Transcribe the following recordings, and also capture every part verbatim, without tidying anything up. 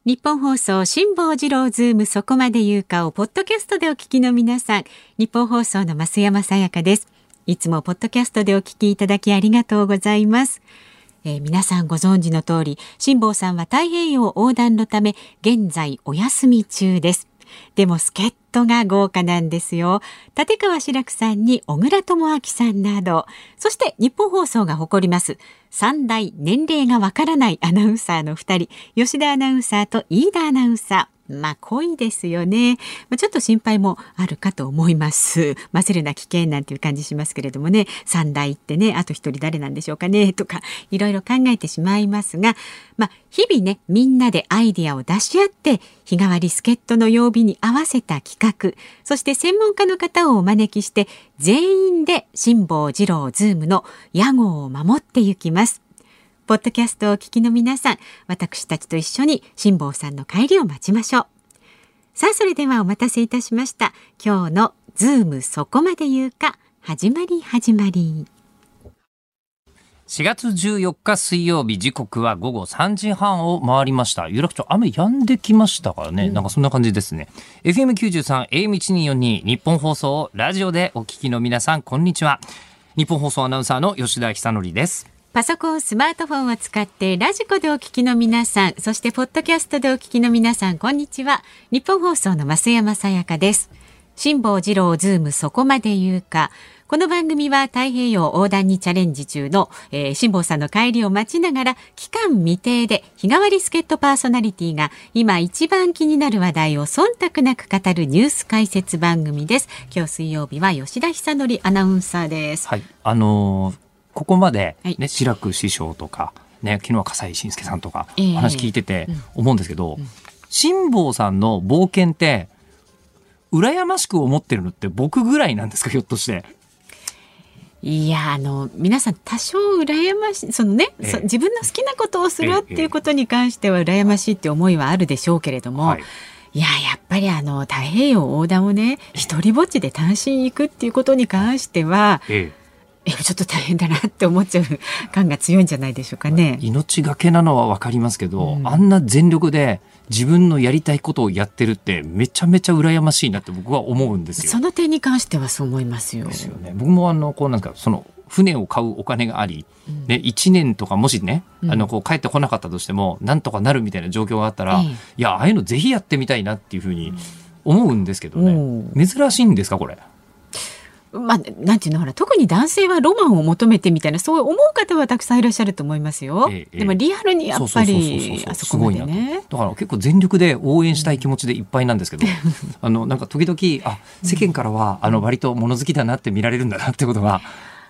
日本放送辛坊治郎ズームそこまで言うかをポッドキャストでお聞きの皆さん、日本放送の増山さやかです。いつもポッドキャストでお聞きいただきありがとうございます。えー、皆さんご存知の通り、辛坊さんは太平洋横断のため現在お休み中です。でも助っ人が豪華なんですよ。立川志らくさんに小倉智昭さんなど、そして日本放送が誇ります三大年齢がわからないアナウンサーのふたり、吉田アナウンサーと飯田アナウンサー。まあ濃いですよね。まあ、ちょっと心配もあるかと思います。マセルな危険なんていう感じしますけれどもね、三大ってね、あと一人誰なんでしょうかねとかいろいろ考えてしまいますが、まあ日々ね、みんなでアイデアを出し合って日替わり助っ人の曜日に合わせた企画、そして専門家の方をお招きして全員で辛坊治郎ズームの屋号を守っていきます。ポッドキャストをお聞きの皆さん、私たちと一緒に辛坊さんの帰りを待ちましょう。さあ、それではお待たせいたしました。今日のズームそこまで言うか、始まり始まり。 しがつじゅうよっか水曜日、時刻はごごさんじはんを回りました。有楽町雨止んできましたからね、うん、なんかそんな感じですね。 エフエムきゅうじゅうさん エーエムせんにひゃくよんじゅうに 日本放送をラジオでお聞きの皆さん、こんにちは。日本放送アナウンサーの吉田久典です。 パソコン、スマートフォンを使ってラジコでお聞きの皆さん、そしてポッドキャストでお聞きの皆さん、こんにちは。日本放送の増山さやかです。辛坊治郎ズームそこまで言うか。この番組は太平洋横断にチャレンジ中の、えー、辛坊さんの帰りを待ちながら期間未定で日替わり助っ人パーソナリティが今一番気になる話題を忖度なく語るニュース解説番組です。今日水曜日は吉田久典アナウンサーです。 はい、あのーここまで、ね、はい、志らく師匠とか、ね、昨日は笠井信介さんとか、えー、話聞いてて思うんですけど、うん、辛坊さんの冒険って羨ましく思ってるのって僕ぐらいなんですか、ひょっとして。 いや、あの皆さん多少羨ましい、そのね、えー、自分の好きなことをするっていうことに関しては羨ましいって思いはあるでしょうけれども、はい、いや、やっぱりあの太平洋横断をね、一人ぼっちで単身行くっていうことに関しては、えーえちょっと大変だなって思っちゃう感が強いんじゃないでしょうかね。 命がけなのは分かりますけど、うん、あんな全力で自分のやりたいことをやってるってめちゃめちゃ羨ましいなって僕は思うんですよ。 その点に関してはそう思いますよ。 ですよね。僕もあのこうなんかその船を買うお金があり、うん、ね、いちねんとかもしね、うん、あのこう帰ってこなかったとしてもなんとかなるみたいな状況があったら、ええ、いや、ああいうのぜひやってみたいなっていうふうに思うんですけどね、うん、珍しいんですかこれ。 まあ、なんていうの、ほら、特に男性はロマンを求めてみたいな、そう思う方はたくさんいらっしゃると思いますよ、ええ、でもリアルにやっぱりあそこまでね、 だから結構全力で応援したい気持ちでいっぱいなんですけど、うん、あのなんか時々あ世間からはあの割と物好きだなって見られるんだなってことが、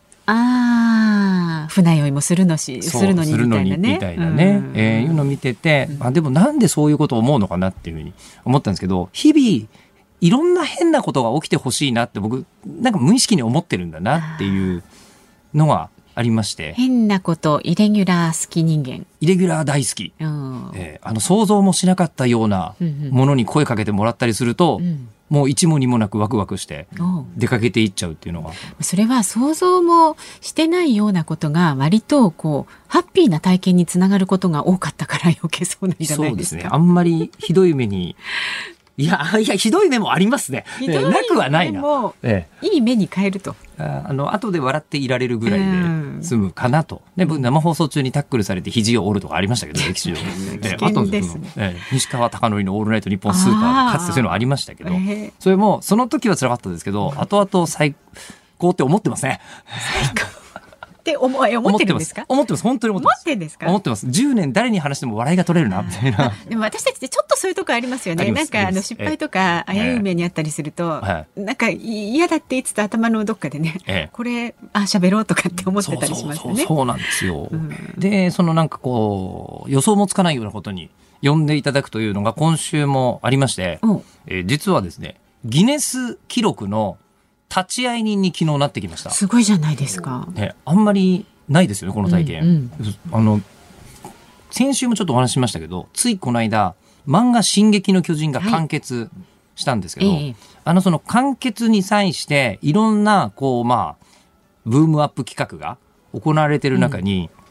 ああ、船酔いもするのしするのにみたいなね、みたいなね、 うん、えー、いうのを見てて、うん、あでもなんでそういうことを思うのかなっていうふうに思ったんですけど、日々いろんな変なことが起きてほしいなって僕なんか無意識に思ってるんだなっていうのがありまして、 変なこと、イレギュラー好き人間、 イレギュラー大好き、うん、えー、あの想像もしなかったようなものに声かけてもらったりすると、うんうん、もう一も二もなくワクワクして出かけていっちゃうっていうのが、 それは想像もしてないようなことが割とこうハッピーな体験につながることが多かったから余計そうなんじゃないですか。 そうですね、あんまりひどい目にいやいやひどい目もありますね。 ひどい目もなくはないな、 ええ、いい目に変えると、 ああの後で笑っていられるぐらいで済むかなと、ね、僕生放送中にタックルされて肘を折るとかありましたけど歴史上危険ですね、 ええ、西川貴教のオールナイトニッポンスーパーかつてそういうのありましたけど、えー、それもその時は辛かったですけど、後々最高って思ってますね。 最高って思思ってるんですか？ 思ってます、本当に思ってます。 思ってんですか？ 思ってます。じゅうねん誰に話しても笑いが取れるなみたいな。 でも私たちってちょっとそういうとこありますよね。なんかあの失敗とか危うい目にあったりすると、ええ、なんか嫌だっていつと頭のどっかでね、ええ、これあ喋ろうとかって思ってたりしますよね。 そうそうそうそうなんですよ、うん、でそのなんかこう予想もつかないようなことに呼んでいただくというのが今週もありまして、えー、実はですねギネス記録の立会人に昨日なってきました。 すごいじゃないですか、 ね、あんまりないですよねこの体験、うんうん、あの先週もちょっとお話ししましたけど、ついこの間漫画進撃の巨人が完結したんですけど、はいええ、あのその完結に際していろんなこうまあブームアップ企画が行われている中に、うん、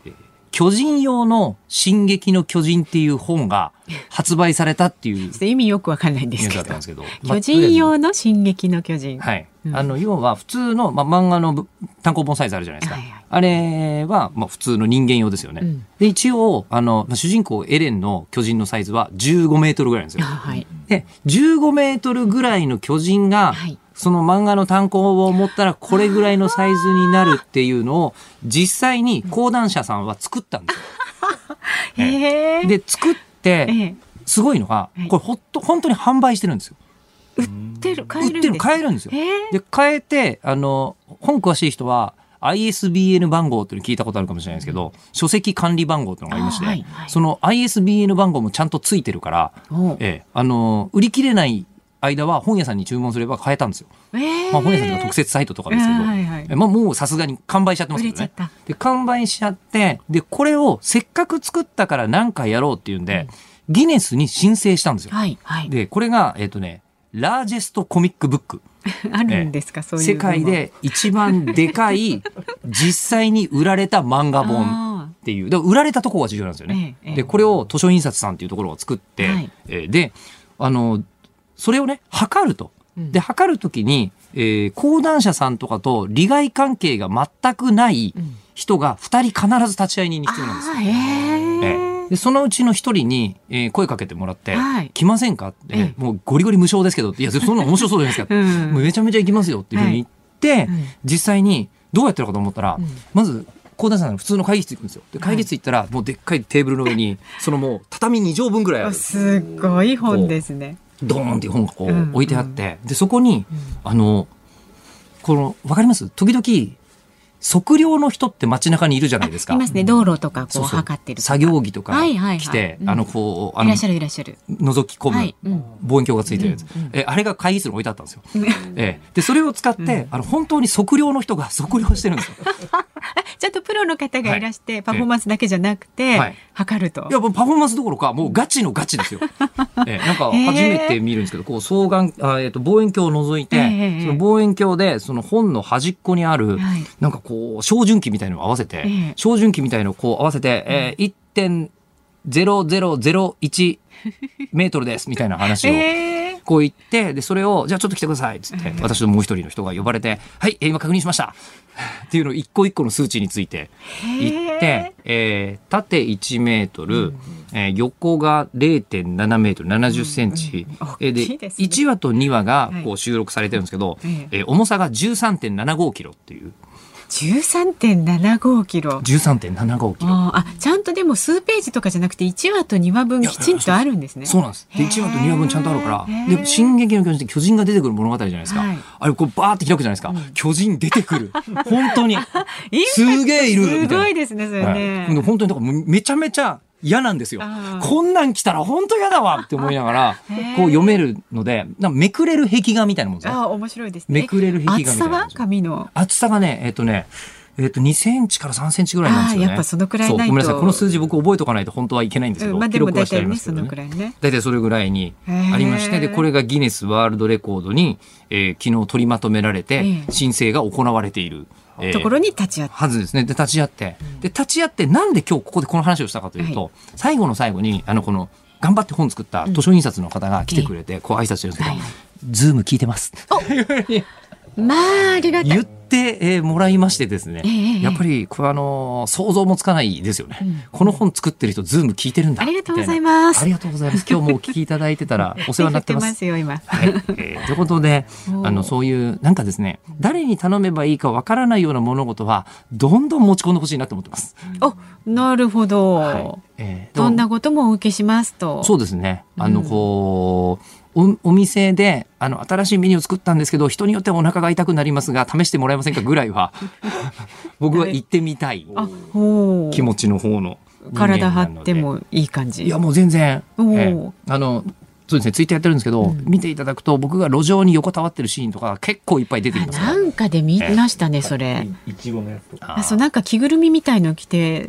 巨人用の進撃の巨人っていう本が発売されたっていう意味よくわかんないんですけど、 ニュースだったんですけど、 巨人用の進撃の巨人、 はい、 うん、 あの要は普通の、まあ、漫画の単行本サイズあるじゃないですか、はいはい、あれは、まあ、普通の人間用ですよね、うん、で一応あの主人公エレンの巨人のサイズはじゅうごメートルぐらいなんですよ、はい、でじゅうごメートルぐらいの巨人が、はい、その漫画の単行本を持ったらこれぐらいのサイズになるっていうのを実際に講談社さんは作ったんですよ。えー、で作ってすごいのがこれほっと本当に販売してるんですよ。 売ってる買えるんです売ってる買えるんですよ。で買えてあの本詳しい人は アイエスビーエヌ 番号っていうの聞いたことあるかもしれないですけど、書籍管理番号っていうのがありまして、はいはい、その アイエスビーエヌ 番号もちゃんとついてるから、えー、あの売り切れない間は本屋さんに注文すれば買えたんですよ、えーまあ、本屋さんとか特設サイトとかですけど、えーはいはい、まあ、もうさすがに完売しちゃってますけどね。で完売しちゃってでこれをせっかく作ったから何かやろうっていうんで、うん、ギネスに申請したんですよ、はいはい、でこれが、えーとね、ラージェストコミックブックあるんですか、そういう世界で一番でかい実際に売られた漫画本っていう、だから売られたところが重要なんですよね、ええ、でこれを図書印刷さんっていうところを作って、はい、えー、であのそれをね測ると、で測るときに、えー、講談社さんとかと利害関係が全くない人がふたり必ず立ち会い人に必要なんですよ、えーえーでそのうちの一人に、えー、声かけてもらって、はい、来ませんかって、ええ、もうゴリゴリ無償ですけどって、いやそんな面白そうじゃないですか、うん、もうめちゃめちゃ行きますよっていうふうに言って、はい、実際にどうやってるかと思ったら、うん、まず講談社さんの普通の会議室行くんですよ。で会議室行ったら、はい、もうでっかいテーブルの上にそのもう畳にじょうぶんぐらいあるすごい本ですね。 ドーンっていう本がこう置いてあって、うんうん、でそこに、うん、あのこの分かります？時々測量の人って街中にいるじゃないですか。 いますね。道路とかこう測ってるとか。 作業着とか着て、あのこうあのいらっしゃるいらっしゃる。 覗き込む、はいうん、望遠鏡がついてるやつ、うんうん、えあれが会議室に置いてあったんですよ。えでそれを使って、うん、あの本当に測量の人が測量してるんですよ。 ちゃんとプロの方がいらして、はい、パフォーマンスだけじゃなくて、はい、測ると。 いやもうパフォーマンスどころかもうガチのガチですよ。えなんか初めて見るんですけど、こう双眼あえっ、ー、と望遠鏡を覗いて、えー、その望遠鏡でその本の端っこにある、はい、なんかこう照準器みたいなのを合わせて、えー、照準器みたいなのをこう合わせて、えー、いってんゼロゼロゼロいちメートルですみたいな話を。えーこう言ってでそれをじゃあちょっと来てくださいっつって私ともう一人の人が呼ばれてはい今確認しましたっていうのを一個一個の数値について言って、えー、縦いちメートル、うんえー、横が れいてんななメートルななじゅっセンチ、うんうん、でいちわとにわがこう収録されてるんですけど、はいえー、重さが じゅうさんてんななごキロっていうじゅうさんてんななごキロじゅうさんてんななごキロあ, あちゃんとでも数ページとかじゃなくていちわとにわぶんきちんとあるんですね。 そうなんです。でいちわとにわぶんちゃんとあるからで進撃の巨人って巨人が出てくる物語じゃないですか、はい、あれこうバーって開くじゃないですか、うん、巨人出てくる本当にすげえいるみたいなすごいですねそれね、 はい、本当にだからめちゃめちゃ嫌なんですよ。こんなん来たら本当嫌だわって思いながらこう読めるのでなんかめくれる壁画みたいなもんですね。 あ面白いですね。 めくれる壁画みたいな。 厚さは紙の厚さがねえっとねえー、とにセンチからさんセンチぐらいなんですよね。 やっぱそのくらいないと。 ごめんなさいこの数字僕覚えとかないと本当はいけないんですけど、 うんまあ、でも大体ねそのくらいね大体それぐらいにありましてでこれがギネスワールドレコードに、えー、昨日取りまとめられて申請が行われている、 えー、ところに立ち会ってはずですね。で立ち会って、うん、で立ち会ってなんで今日ここでこの話をしたかというと、はい、最後の最後にあのこの頑張って本作った図書印刷の方が来てくれて、うん、こう挨拶してるんですけど、はい、ズーム聞いてますまあありがたい言って、えー、もらいましてですね、えー、やっぱりこれあのー、想像もつかないですよね、うん、この本作ってる人ズーム聞いてるんだありがとうございます。 ありがとうございます今日もお聞きいただいてたらお世話になってますますよ今、 はいえー、ということであのそういうなんかですね誰に頼めばいいかわからないような物事はどんどん持ち込んでほしいなと思ってます。 あなるほど、はいえー、どんなこともお受けしますと。 そうですねあのこう、うんお, お店であの新しいメニューを作ったんですけど人によってはお腹が痛くなりますが試してもらえませんかぐらいは僕は行ってみたい気持ちの方の体張ってもいい感じ。 いやもう全然、えー、あのそうですねツイッターやってるんですけど、うん、見ていただくと僕が路上に横たわってるシーンとか結構いっぱい出てきます。 なんかで見ましたね、えー、それいちごのやつとかあそうなんか着ぐるみみたいの着て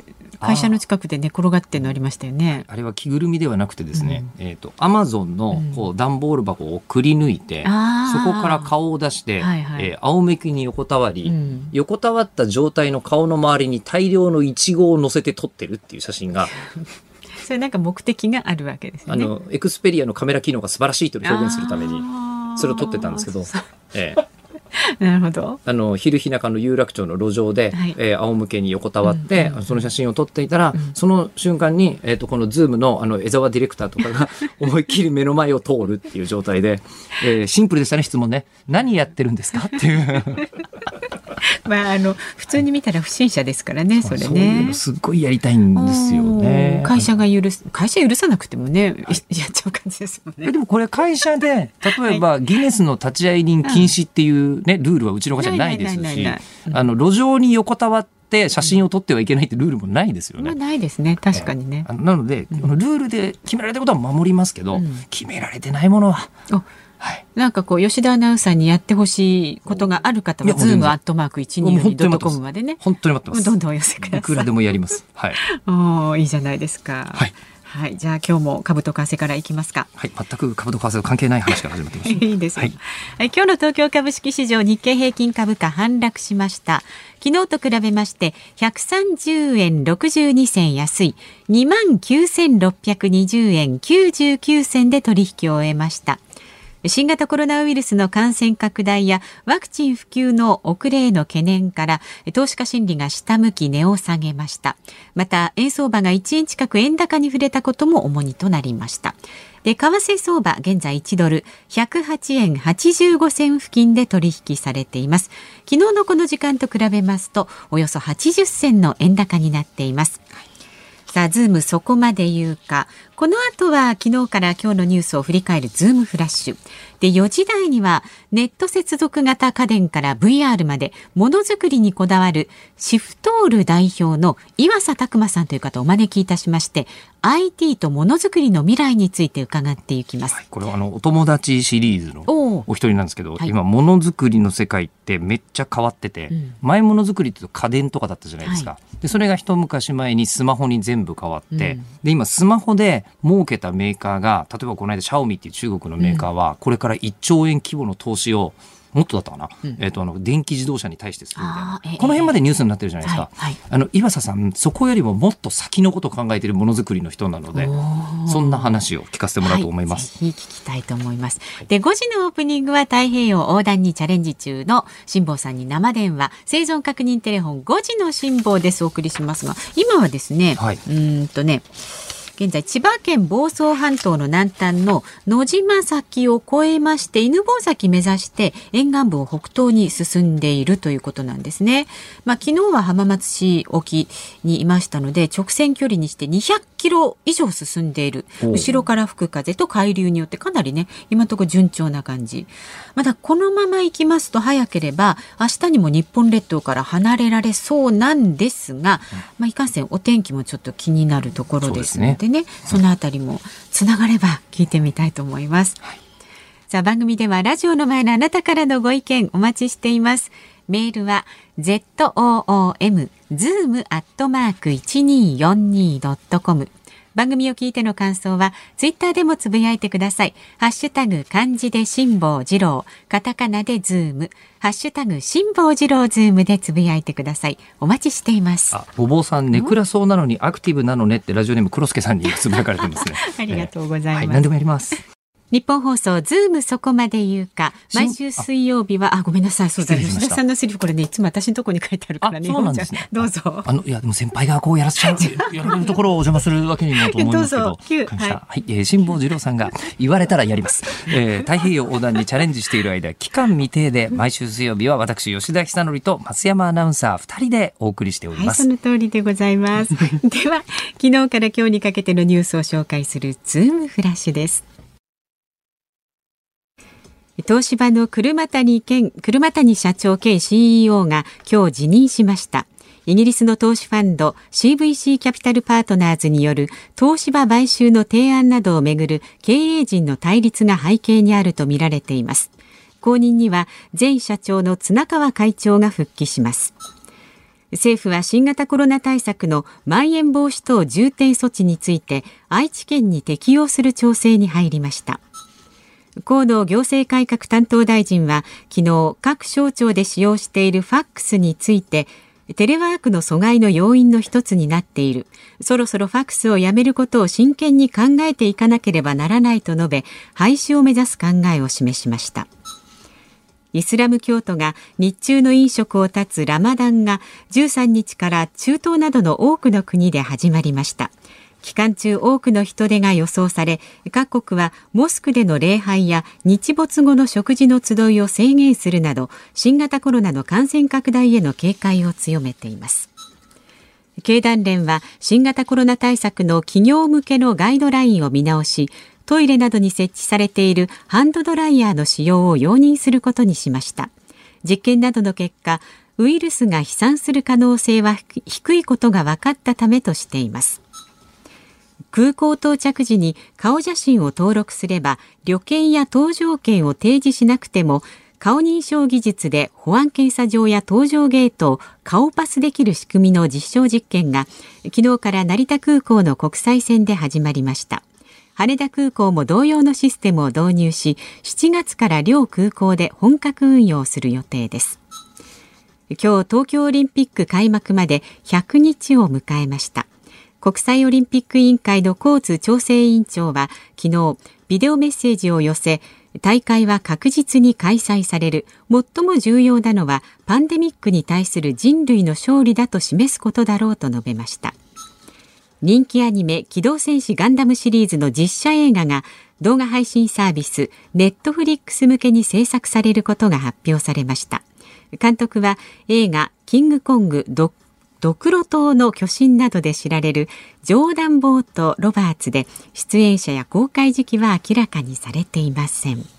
会社の近くで寝転がってるのありましたよね。 あれは着ぐるみではなくてですね、うん、えっと、アマゾンのこう段ボール箱をくり抜いて、うん、そこから顔を出して、はいはい、えー、仰向きに横たわり、うん、横たわった状態の顔の周りに大量のイチゴを乗せて撮ってるっていう写真がそれなんか目的があるわけですね。 あのエクスペリアのカメラ機能が素晴らしいと表現するためにそれを撮ってたんですけど、えーなるほど。 あの昼日中の有楽町の路上で、はい、えー、仰向けに横たわって、うんうん、その写真を撮っていたら、うん、その瞬間に、えー、とこのズームの、あの江澤ディレクターとかが思いっきり目の前を通るっていう状態で、えー、シンプルでしたね。質問ね、何やってるんですかっていうまあ、あの普通に見たら不審者ですからね、それね。そういうのすっごいやりたいんですよね。 会社が許す、会社許さなくてもね、はい、やっちゃう感じですもんね。 でもこれ会社で例えば、はい、ギネスの立ち会い人禁止っていう、ね、ルールはうちの会社にないですし、あの路上に横たわって写真を撮ってはいけないってルールもないですよね。 まあ、ないですね、確かにね。 えー、なので、うん、ルールで決められたことは守りますけど、うん、決められてないものは、はい、 なんかこう吉田アナウンサーにやってほしいことがある方はズームアットマーク いちにーよんにドットコム までね、 本当に待ってます。 どんどんお寄せください。 いくらでもやります。はい。 おいいじゃないですか。はい。はい、じゃあ今日も株と為替からいきますか。 はい、全く株と為替関係ない話から始まってます。 いいですね。はい、今日の東京株式市場日経平均株価反落しました。昨日と比べましてひゃくさんじゅうえんろくじゅうにせん安い にまんきゅうせんろっぴゃくにじゅうえんきゅうじゅうきゅうせんで取引を終えました。新型コロナウイルスの感染拡大やワクチン普及の遅れへの懸念から投資家心理が下向き値を下げました。また円相場がいちえん近く円高に触れたことも主にとなりました。で、為替相場現在いちドルひゃくはちえんはちじゅうごせん付近で取引されています。昨日のこの時間と比べますとおよそはちじゅっせんの円高になっています。さあ、ズームそこまで言うか。この後は昨日から今日のニュースを振り返るズームフラッシュ。で、よじ台にはネット接続型家電から ブイアール までものづくりにこだわるシフトール代表の岩佐拓馬さんという方をお招きいたしまして、アイティー とものづくりの未来について伺っていきます。はい、 これはあのお友達シリーズのお一人なんですけど、はい、今ものづくりの世界ってめっちゃ変わってて、うん、前ものづくりって家電とかだったじゃないですか。はい、でそれが一昔前にスマホに全部変わって、うん、で今スマホで儲けたメーカーが、例えばこの間シャオミっていう中国のメーカーはこれからいっちょうえん規模の投資を、もっとだったかな、うん、えー、とあの電気自動車に対してするみたいな、えー、この辺までニュースになってるじゃないですか。はいはい、あの岩佐さんそこよりももっと先のことを考えているものづくりの人なので、そんな話を聞かせてもらおうと思います。 はい、ぜひ聞きたいと思います。で、ごじのオープニングは太平洋横断にチャレンジ中の辛坊さんに生電話、生存確認テレフォンごじの辛坊です。お送りしますが、今はですね、はい、うーんとね現在千葉県房総半島の南端の野島崎を越えまして犬吠埼目指して沿岸部を北東に進んでいるということなんですね。まあ、昨日は浜松市沖にいましたので直線距離にしてにひゃくキロ以上進んでいる。後ろから吹く風と海流によってかなりね今のところ順調な感じ。まだこのまま行きますと早ければ明日にも日本列島から離れられそうなんですが、まあ、いかんせんお天気もちょっと気になるところですのでね、そのあたりもつながれば聞いてみたいと思います。はい、さあ番組ではラジオの前のあなたからのご意見お待ちしています。メールは ズーム ズーム アットマーク いちにーよんにー ドットコム。番組を聞いての感想はツイッターでもつぶやいてください。ハッシュタグ漢字で辛坊治郎、カタカナでズーム、ハッシュタグ辛坊治郎ズームでつぶやいてください。お待ちしています。 あ、ぼぼうさん寝暗そうなのにアクティブなのねってラジオネーム黒助さんにつぶやかれてますね。 ありがとうございます。えーはい、 何でもやります。 日本放送ズームそこまで言うか、毎週水曜日はあごめんなさい、そうだ、吉田さんのセリフこれねいつも私のところに書いてあるからね。 そうなんですね。 どうぞ。 あのいやでも先輩がこうやらせちゃうやられるところをお邪魔するわけにもと思いますけど、どうぞ。はい、はい、えー、辛坊治郎さんが言われたらやります。えー、太平洋横断にチャレンジしている間、期間未定で毎週水曜日は私吉田久典と増山アナウンサーふたりでお送りしております。 はい、その通りでございます。では昨日から今日にかけてのニュースを紹介するズームフラッシュです。東芝の車谷健車谷社長兼 シーイーオー が今日辞任しました。イギリスの投資ファンド シーブイシー キャピタルパートナーズによる東芝買収の提案などをめぐる経営陣の対立が背景にあるとみられています。後任には前社長の綱川会長が復帰します。 政府は新型コロナ対策のまん延防止等重点措置について愛知県に適用する調整に入りました。河野行政改革担当大臣は昨日、各省庁で使用しているファックスについてテレワークの阻害の要因の一つになっている、そろそろファックスをやめることを真剣に考えていかなければならないと述べ、廃止を目指す考えを示しました。イスラム教徒が日中の飲食を断つラマダンがじゅうさんにちから中東などの多くの国で始まりました。期間中多くの人出が予想され、各国はモスクでの礼拝や日没後の食事の集いを制限するなど、新型コロナの感染拡大への警戒を強めています。経団連は新型コロナ対策の企業向けのガイドラインを見直し、トイレなどに設置されているハンドドライヤーの使用を容認することにしました。実験などの結果、ウイルスが飛散する可能性は低いことが分かったためとしています。空港到着時に顔写真を登録すれば、旅券や搭乗券を提示しなくても顔認証技術で保安検査場や搭乗ゲートを顔パスできる仕組みの実証実験が昨日から成田空港の国際線で始まりました。羽田空港も同様のシステムを導入し、しちがつから両空港で本格運用する予定です。今日、東京オリンピック開幕までひゃくにちを迎えました。国際オリンピック委員会のコーツ調整委員長は昨日ビデオメッセージを寄せ、大会は確実に開催される、最も重要なのはパンデミックに対する人類の勝利だと示すことだろうと述べました。人気アニメ機動戦士ガンダムシリーズの実写映画が動画配信サービスネットフリックス向けに制作されることが発表されました。監督は映画キングコングドドクロ島の巨神などで知られるジョーダン・ボート・ロバーツで、出演者や公開時期は明らかにされていません。はい、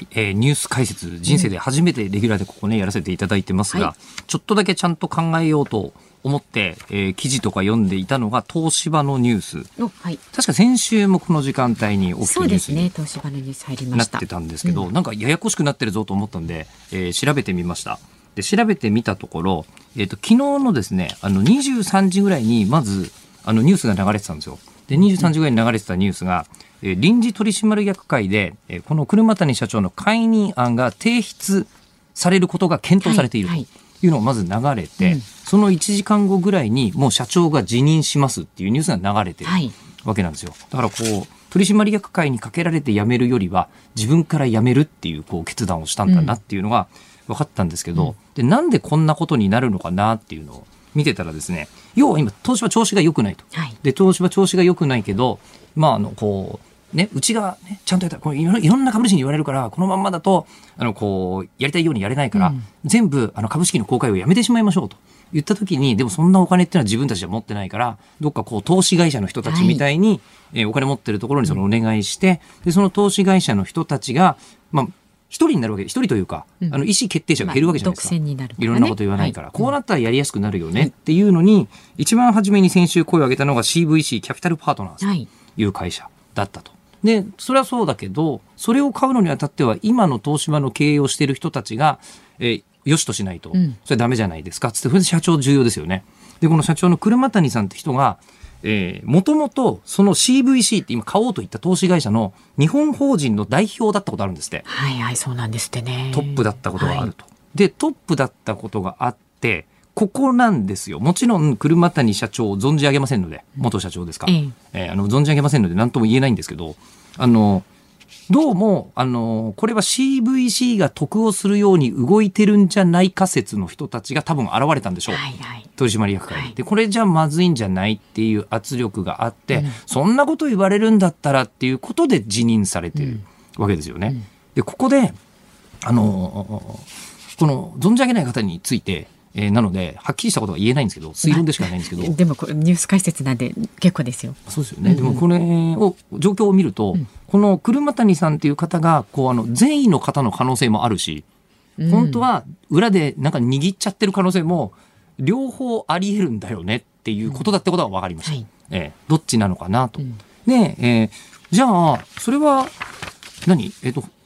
えー、ニュース解説、人生で初めてレギュラーでここねやらせていただいてますが、はい、ちょっとだけちゃんと考えようと思って、えー、記事とか読んでいたのが東芝のニュース、はい、確か先週もこの時間帯に大きいニュースにそうですね、東芝のニュース入りましたなってたんですけど、うん、なんかややこしくなってるぞと思ったんで、えー、調べてみました。で調べてみたところ、えー、と昨日のですねあのにじゅうさんじぐらいにまずあのニュースが流れてたんですよ。でにじゅうさんじぐらいに流れてたニュースが、えー、臨時取締役会で、えー、この車谷社長の解任案が提出されることが検討されているというのがまず流れて、はいはい、そのいちじかんごぐらいにもう社長が辞任しますっていうニュースが流れてるわけなんですよ。だからこう取締役会にかけられて辞めるよりは自分から辞めるっていう、こう決断をしたんだなっていうのが、うん分かったんですけど、うん、でなんでこんなことになるのかなっていうのを見てたらですね、要は今東芝調子が良くないと、はい、で東芝調子が良くないけど、まああのこうねうちが、ね、ちゃんとやったらこういろいろんな株主に言われるから、このまんまだとあのこうやりたいようにやれないから、うん、全部あの株式の公開をやめてしまいましょうと言った時に、でもそんなお金っていうのは自分たちは持ってないから、どっかこう投資会社の人たちみたいに、はい、えー、お金持ってるところにそのお願いして、でその投資会社の人たちがまあ一人になるわけで、一人というか、うん、あの意思決定者が減るわけじゃないですか、まあ、独占になる、ね、いろんなこと言わないから、はい、こうなったらやりやすくなるよねっていうのに、うん、一番初めに先週声を上げたのが シーブイシー キャピタルパートナーズという会社だったと。でそれはそうだけど、それを買うのにあたっては今の東芝の経営をしている人たちが、えー、よしとしないと、うん、それダメじゃないですかつって、それで社長重要ですよね。でこの社長の車谷さんって人がもともとその シーブイシー って今買おうといった投資会社の日本法人の代表だったことあるんですって。 はいはい、そうなんですってね。 トップだったことがあると、はい、でトップだったことがあって、ここなんですよ。もちろん車谷社長を存じ上げませんので、元社長ですから、うんえー、あの存じ上げませんので何とも言えないんですけど、あのどうもあのこれは シーブイシー が得をするように動いてるんじゃないか説の人たちが多分現れたんでしょう、はいはい、取締役会で、はい、でこれじゃまずいんじゃないっていう圧力があって、うん、そんなこと言われるんだったらっていうことで辞任されてるわけですよね、うん、でここであのこの存じ上げない方についてえー、なのではっきりしたことは言えないんですけど、推論でしかないんですけど、 でもこれニュース解説なんで結構ですよ。 そうですよね、うんうん、でもこれを状況を見ると、うん、この車谷さんという方がこうあの善意の方の可能性もあるし、うん、本当は裏でなんか握っちゃってる可能性も両方ありえるんだよねっていうことだってことは分かりました、うんはいえー、どっちなのかなと、うん、で、えー、じゃあそれは何、えーと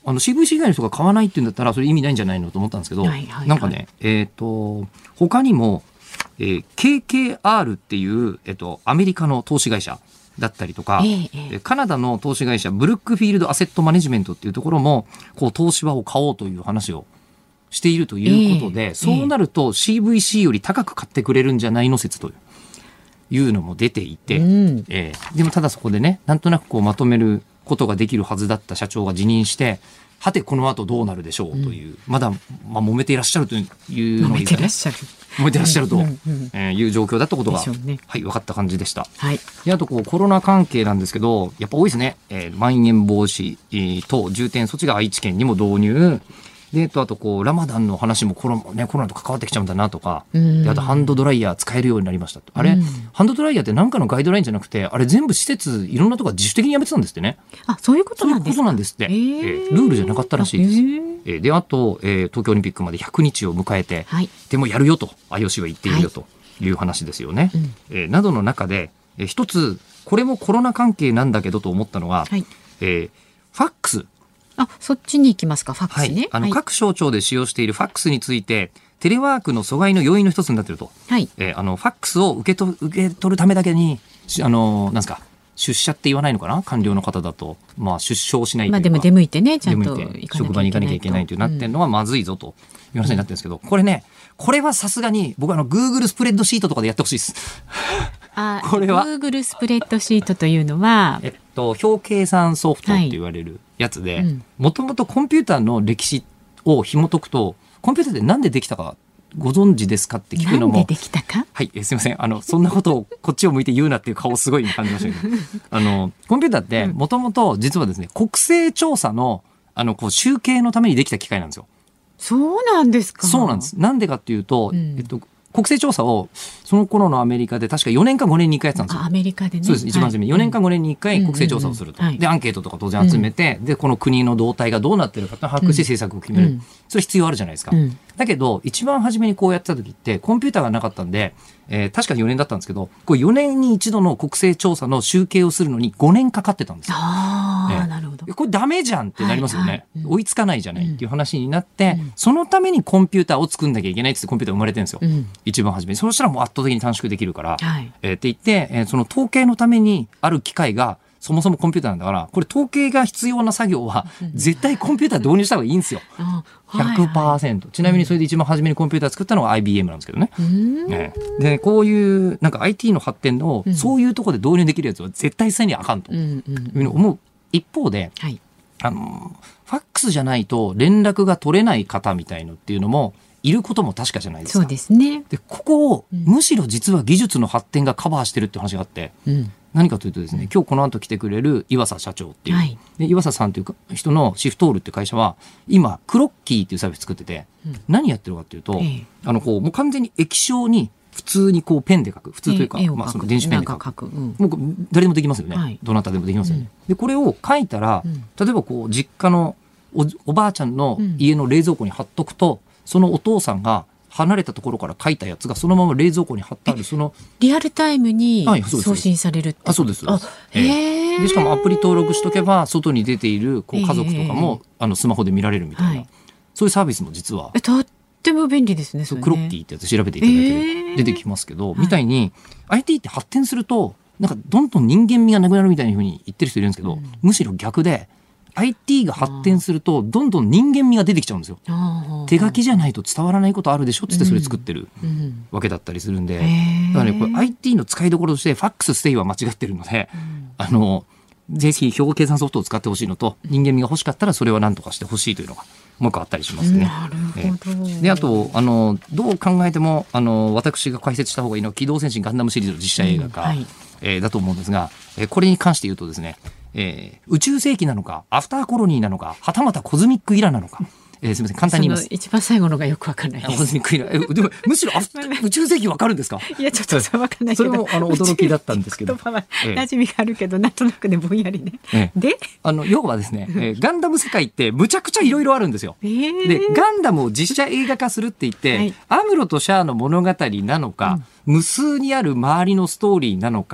あの シーブイシー 以外の人が買わないっていうんだったらそれ意味ないんじゃないのと思ったんですけど、 はいはいはい、 なんかね、えっと他にも、えー、ケーケーアール っていう、えっと、アメリカの投資会社だったりとか、 ええ、 カナダの投資会社ブルックフィールドアセットマネジメントっていうところもこう東芝を買おうという話をしているということで、ええ、そうなると シーブイシー より高く買ってくれるんじゃないの説というのも出ていて、うん、えー、でもただそこでね、なんとなくこうまとめることができるはずだった社長が辞任して、はてこの後どうなるでしょうという、うん、まだ、まあ、揉めていらっしゃるというのが、ね、揉めてらっしゃる揉めてらっしゃるという状況だったことが、ね、はい、分かった感じでした。はい、であとこうコロナ関係なんですけど、やっぱ多いですね。えー、まん延防止、えー、等重点措置が愛知県にも導入で、あとこうラマダンの話もコロ、ね、コロナと関わってきちゃうんだなとか、であとハンドドライヤー使えるようになりましたと。あれ、ハンドドライヤーって何かのガイドラインじゃなくて、あれ全部施設いろんなところが自主的にやめてたんですってね。 あ、そういうことなんですか。 そういうことなんですって、えーえー、ルールじゃなかったらしいです。えー、であと、えー、東京オリンピックまでひゃくにちを迎えて、はい、でもやるよと アイオーシー は言っているよという話ですよね。はい、えー、などの中で、えー、一つこれもコロナ関係なんだけどと思ったのが、はい、えー、ファックス。 あ、そっちに行きますか、ファックスね。はい、 あの各省庁で使用しているファックスについて、テレワークの阻害の要因の一つになっていると。はい、えー、あのファックスを受けと受け取るためだけに、あのなんですか、出社って言わないのかな、官僚の方だと、まあ、出生しないというか、まあ、 でも出向いてね、ちゃんと職場に行かなきゃいけないとなってるのはまずいぞという話になってるんですけど、これね、これはさすがに僕はあの Google スプレッドシートとかでやってほしいです。 あ、これは Google スプレッドシートというのは、 えっと、表計算ソフトって言われるやつで、もともとコンピューターの歴史を紐解くと、コンピューターってなんでできたかご存知ですかって聞くのも、 なんでできたか、 はい、えすみません、あのそんなことをこっちを向いて言うなっていう顔すごい感じましたけどあのコンピューターってもともと実はですね、国勢調査のあのこう集計のためにできた機械なんですよ。 そうなんですか。 そうなんです。なんでかっていうと、うん、えっと国勢調査をその頃のアメリカで確かよねんかごねんにいっかいやってたんですよ。 アメリカでね。 そうです。一番初め、はい、よねんかごねんにいっかい国勢調査をすると、うんうんうん、でアンケートとか当然集めて、うん、でこの国の動態がどうなってるかと把握して政策を決める、うん、それ必要あるじゃないですか、うん、だけど一番初めにこうやってた時ってコンピューターがなかったんで、えー、確かによねんだったんですけど、これよねんに一度の国勢調査の集計をするのにごねんかかってたんですよ。 あー、ね、なるほど。 これダメじゃんってなりますよね、はいはい、うん、追いつかないじゃないっていう話になって、うん、そのためにコンピューターを作んなきゃいけないってコンピューター生まれてるんですよ、うん、一番初めに。そしたらもう圧倒的に短縮できるから、はい、えー、って言って、えー、その統計のためにある機械がそもそもコンピューターなんだから、これ統計が必要な作業は絶対コンピューター導入した方がいいんですよ。ひゃくパーセント、ちなみにそれで一番初めにコンピューター作ったのは アイビーエム なんですけどね。ねでこういうなんか アイティー の発展をそういうところで導入できるやつは絶対せにあかんというふうに思う一方で、はい、あのファックスじゃないと連絡が取れない方みたいのっていうのもいることも確かじゃないですか。 そうですね。 でここをむしろ実は技術の発展がカバーしてるって話があって、うん、何かというとですね、今日この後来てくれる岩佐社長っていう、はい、で岩佐さんという人のシフトールっていう会社は今クロッキーっていうサービス作ってて、うん、何やってるかっていうと、ええ、あのこうもう完全に液晶に普通にこうペンで書く、普通というか、ええ、まあ、その電子ペンで書く、書く、うん、もう誰でもできますよね、はい、どなたでもできますよね、うん、でこれを書いたら、うん、例えばこう実家の お, おばあちゃんの家の冷蔵庫に貼っとくと、うん、そのお父さんが離れたところから書いたやつがそのまま冷蔵庫に貼ってある、そのリアルタイムに送信されるって、はい、 そうです。あ、そうです。あ、へー。でしかもアプリ登録しとけば外に出ているこう家族とかもあのスマホで見られるみたいな、はい、そういうサービスも実はえとっても便利ですね。それね、 クロッキーってやつ調べていただける出てきますけど、みたいに アイティー って発展するとなんかどんどん人間味がなくなるみたいな風に言ってる人いるんですけど、うん、むしろ逆でアイティー が発展するとどんどん人間味が出てきちゃうんですよ。手書きじゃないと伝わらないことあるでしょっつってそれ作ってるわけだったりするんで、だからねこれ アイティー の使いどころとしてファックスステイは間違ってるので、あのぜひ表計算ソフトを使ってほしいのと、人間味が欲しかったらそれは何とかしてほしいというのがもう一個あったりしますね。 なるほど。 であとあのどう考えてもあの私が解説した方がいいのは機動戦士ガンダムシリーズの実写映画化、うん、はい、えー、だと思うんですが、えー、これに関して言うとですね、えー、宇宙世紀なのかアフターコロニーなのかはたまたコズミックイラなのか、えー、すみません簡単に言います。 一番最後のがよくわかんないです。 コズミックイラ、えでもむしろ宇宙世紀わかるんですか？ いやちょっとわかんないけど、 それもあの驚きだったんですけど、 言葉は馴染みがあるけど、えー、なんとなくねぼんやりね、えー、であの要はですね、えー、ガンダム世界ってむちゃくちゃいろいろあるんですよ、えー、でガンダムを実写映画化するって言って、はい、アムロとシャアの物語なのか、うん、無数にある周りのストーリーなのか、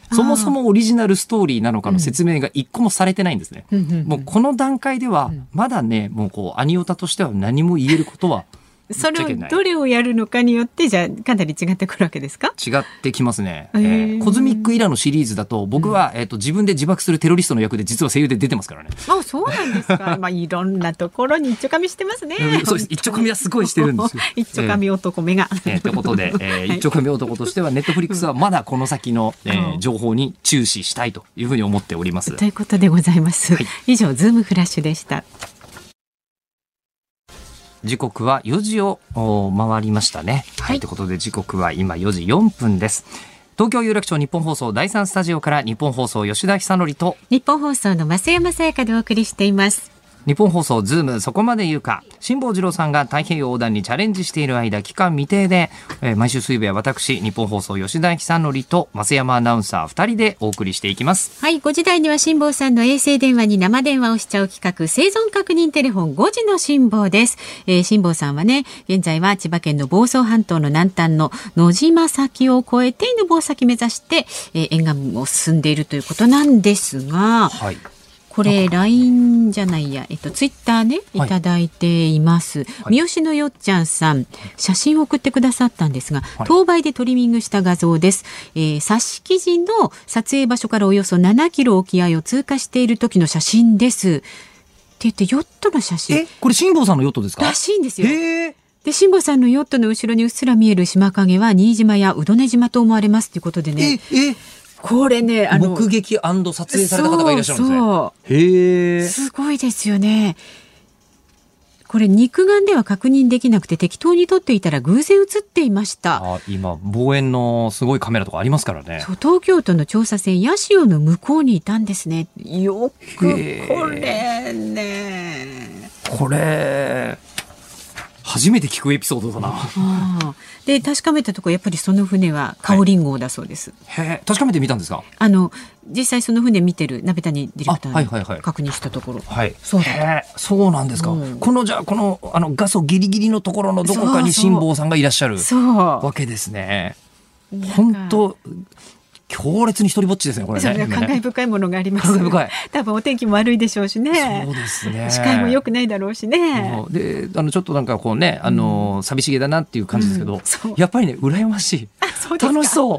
そもそもオリジナルストーリーなのかの説明が一個もされてないんですね、うん、もうこの段階ではまだね、もうこうアニオタとしては何も言えることはそれをどれをやるのかによってじゃあかなり違ってくるわけですか？ 違ってきますね、えーえー、コズミックイラのシリーズだと僕は、えーと、自分で自爆するテロリストの役で実は声優で出てますからね。 あ、そうなんですか。まあ、いろんなところに一丁噛みしてますね。 そうです、一丁噛みはすごいしてるんですよ。 一丁噛み男目が、 えーえー、ということで、えー、一丁噛み男としてはネットフリックスはまだこの先の、えー、情報に注視したいというふうに思っております。 ということでございます、はい、以上ズームフラッシュでした。 時刻はよじを回りましたね。はい、はい、ということで時刻は今よじよんぷんです。東京有楽町日本放送だいさんスタジオから日本放送吉田久典と日本放送の増山さやかでお送りしています。 日本放送ズームそこまで言うか。辛坊治郎さんが太平洋横断にチャレンジしている間、期間未定で、えー、毎週水曜日は私日本放送吉田久典と増山アナウンサーふたりでお送りしていきます。 はい、ごじ台には辛坊さんの衛星電話に生電話をしちゃう企画、生存確認テレフォンごじの辛坊です。えー、辛坊さんはね、現在は千葉県の房総半島の南端の野島崎を越えて犬吠埼目指して、えー、沿岸部を進んでいるということなんですが、はい、これ ライン じゃないや、えっと、ツイッターねいただいています、はい、三好のよっちゃんさん写真を送ってくださったんですが、はい、当倍でトリミングした画像です、えー、挿し記事の撮影場所からおよそななキロ沖合を通過している時の写真ですって言って、ヨットの写真。 え、これ辛坊さんのヨットですか？ らしいんですよ。へー。で、辛坊さんのヨットの後ろにうっすら見える島影は新島やうどね島と思われますということでね。ええこれね、あの目撃&撮影された方がいらっしゃるんですね。そうそう、 へー、すごいですよね。これ肉眼では確認できなくて適当に撮っていたら偶然映っていました。 あ、今望遠のすごいカメラとかありますからね。 そう、東京都の調査船ヤシオの向こうにいたんですね。よくこれね、 これ初めて聞くエピソードだな。 あで確かめたところ、やっぱりその船はカオリン号だそうです、 はい、へ確かめてみたんですか？ あの実際その船見てる鍋谷ディレクターに確認したところ、 はいはいはい、そうだへそうなんですか、うん、このじゃあこのあの画素ギリギリのところのどこかに辛坊さんがいらっしゃるわけですね。本当強烈に一人ぼっちですね、これね。 感慨深いものがあります。感慨深い。多分お天気も悪いでしょうしね。 そうですね。 視界も良くないだろうしね。 で、あのちょっとなんかこうね、あの、うん、寂しげだなっていう感じですけど、うん、やっぱりね羨ましい。あ、そうですか。楽しそう。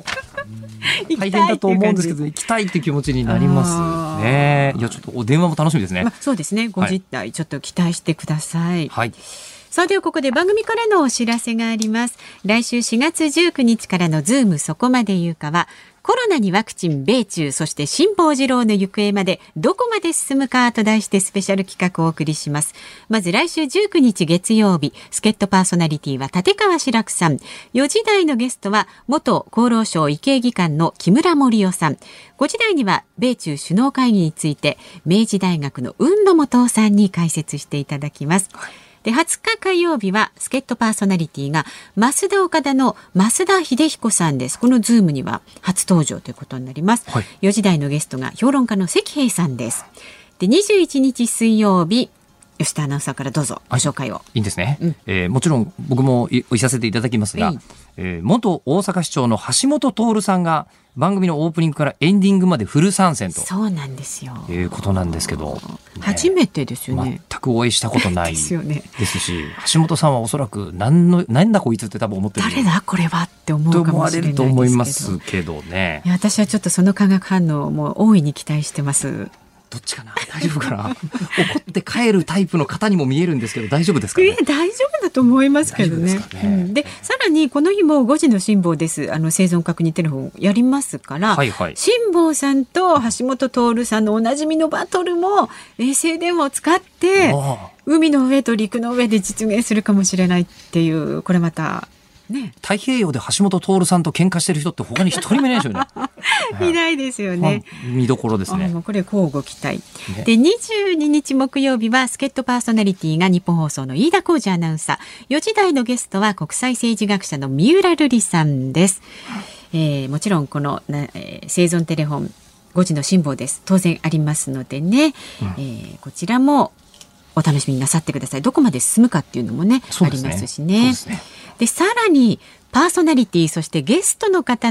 大変だと思うんですけど、行きたいっていう気持ちになりますね。いや、ちょっとお電話も楽しみですね。まあ、 そうですね。ご実態、はい、ちょっと期待してください。はい。さあ、ではここで番組からのお知らせがあります。来週しがつじゅうくにちからのズームそこまで言うかは、コロナにワクチン、米中、そして辛坊治郎の行方までどこまで進むかと題してスペシャル企画をお送りします。まず来週じゅうくにち月曜日、助っ人パーソナリティは立川志らくさん。よじ台のゲストは元厚労省医系技官の木村盛夫さん。ごじ台には米中首脳会議について明治大学の雲野元夫さんに解説していただきます。はい。ではつか火曜日は助っ人パーソナリティが増田岡田の増田秀彦さんです。このズームには初登場ということになります、はい、よじ台のゲストが評論家の関平さんです。でにじゅういちにち水曜日、吉田アナウンサーからどうぞご紹介を。 いいんですね、うんえー、もちろん僕もおいさせていただきますが、えー、元大阪市長の橋本徹さんが番組のオープニングからエンディングまでフル参戦とそうなんですよいうことなんですけど、ね、 初めてですよね。 全くお会いしたことないですよね。 ですし、橋本さんはおそらく何の何だこいつって多分思ってる誰だこれはって思うかもしれないですけど、 と思われると思いますけどね。 いや、私はちょっとその化学反応も大いに期待してます。 どっちかな、大丈夫かな怒って帰るタイプの方にも見えるんですけど大丈夫ですかね。 えー、大丈夫だと思いますけどね。で、ねうん、でさらにこの日もごじの辛坊です。あの生存確認テレフォンやりますから、はいはい、辛坊さんと橋本徹さんのおなじみのバトルも衛星電話を使って海の上と陸の上で実現するかもしれないっていう、これまたね、 太平洋で橋本徹さんと喧嘩してる人って他に一人もいないですよね。 いないですよね。 見どころですね。 もうこれ交互期待、ね、でにじゅうににち木曜日は助っ人パーソナリティが日本放送の飯田浩司アナウンサー。よじ台のゲストは国際政治学者の三浦瑠麗さんです、えー、もちろんこの、えー、生存テレフォンごじの辛坊です当然ありますのでね、うんえー、こちらもお楽しみになさってください。どこまで進むかっていうのも ね, ねありますしね。でさらにパーソナリティそしてゲストの方の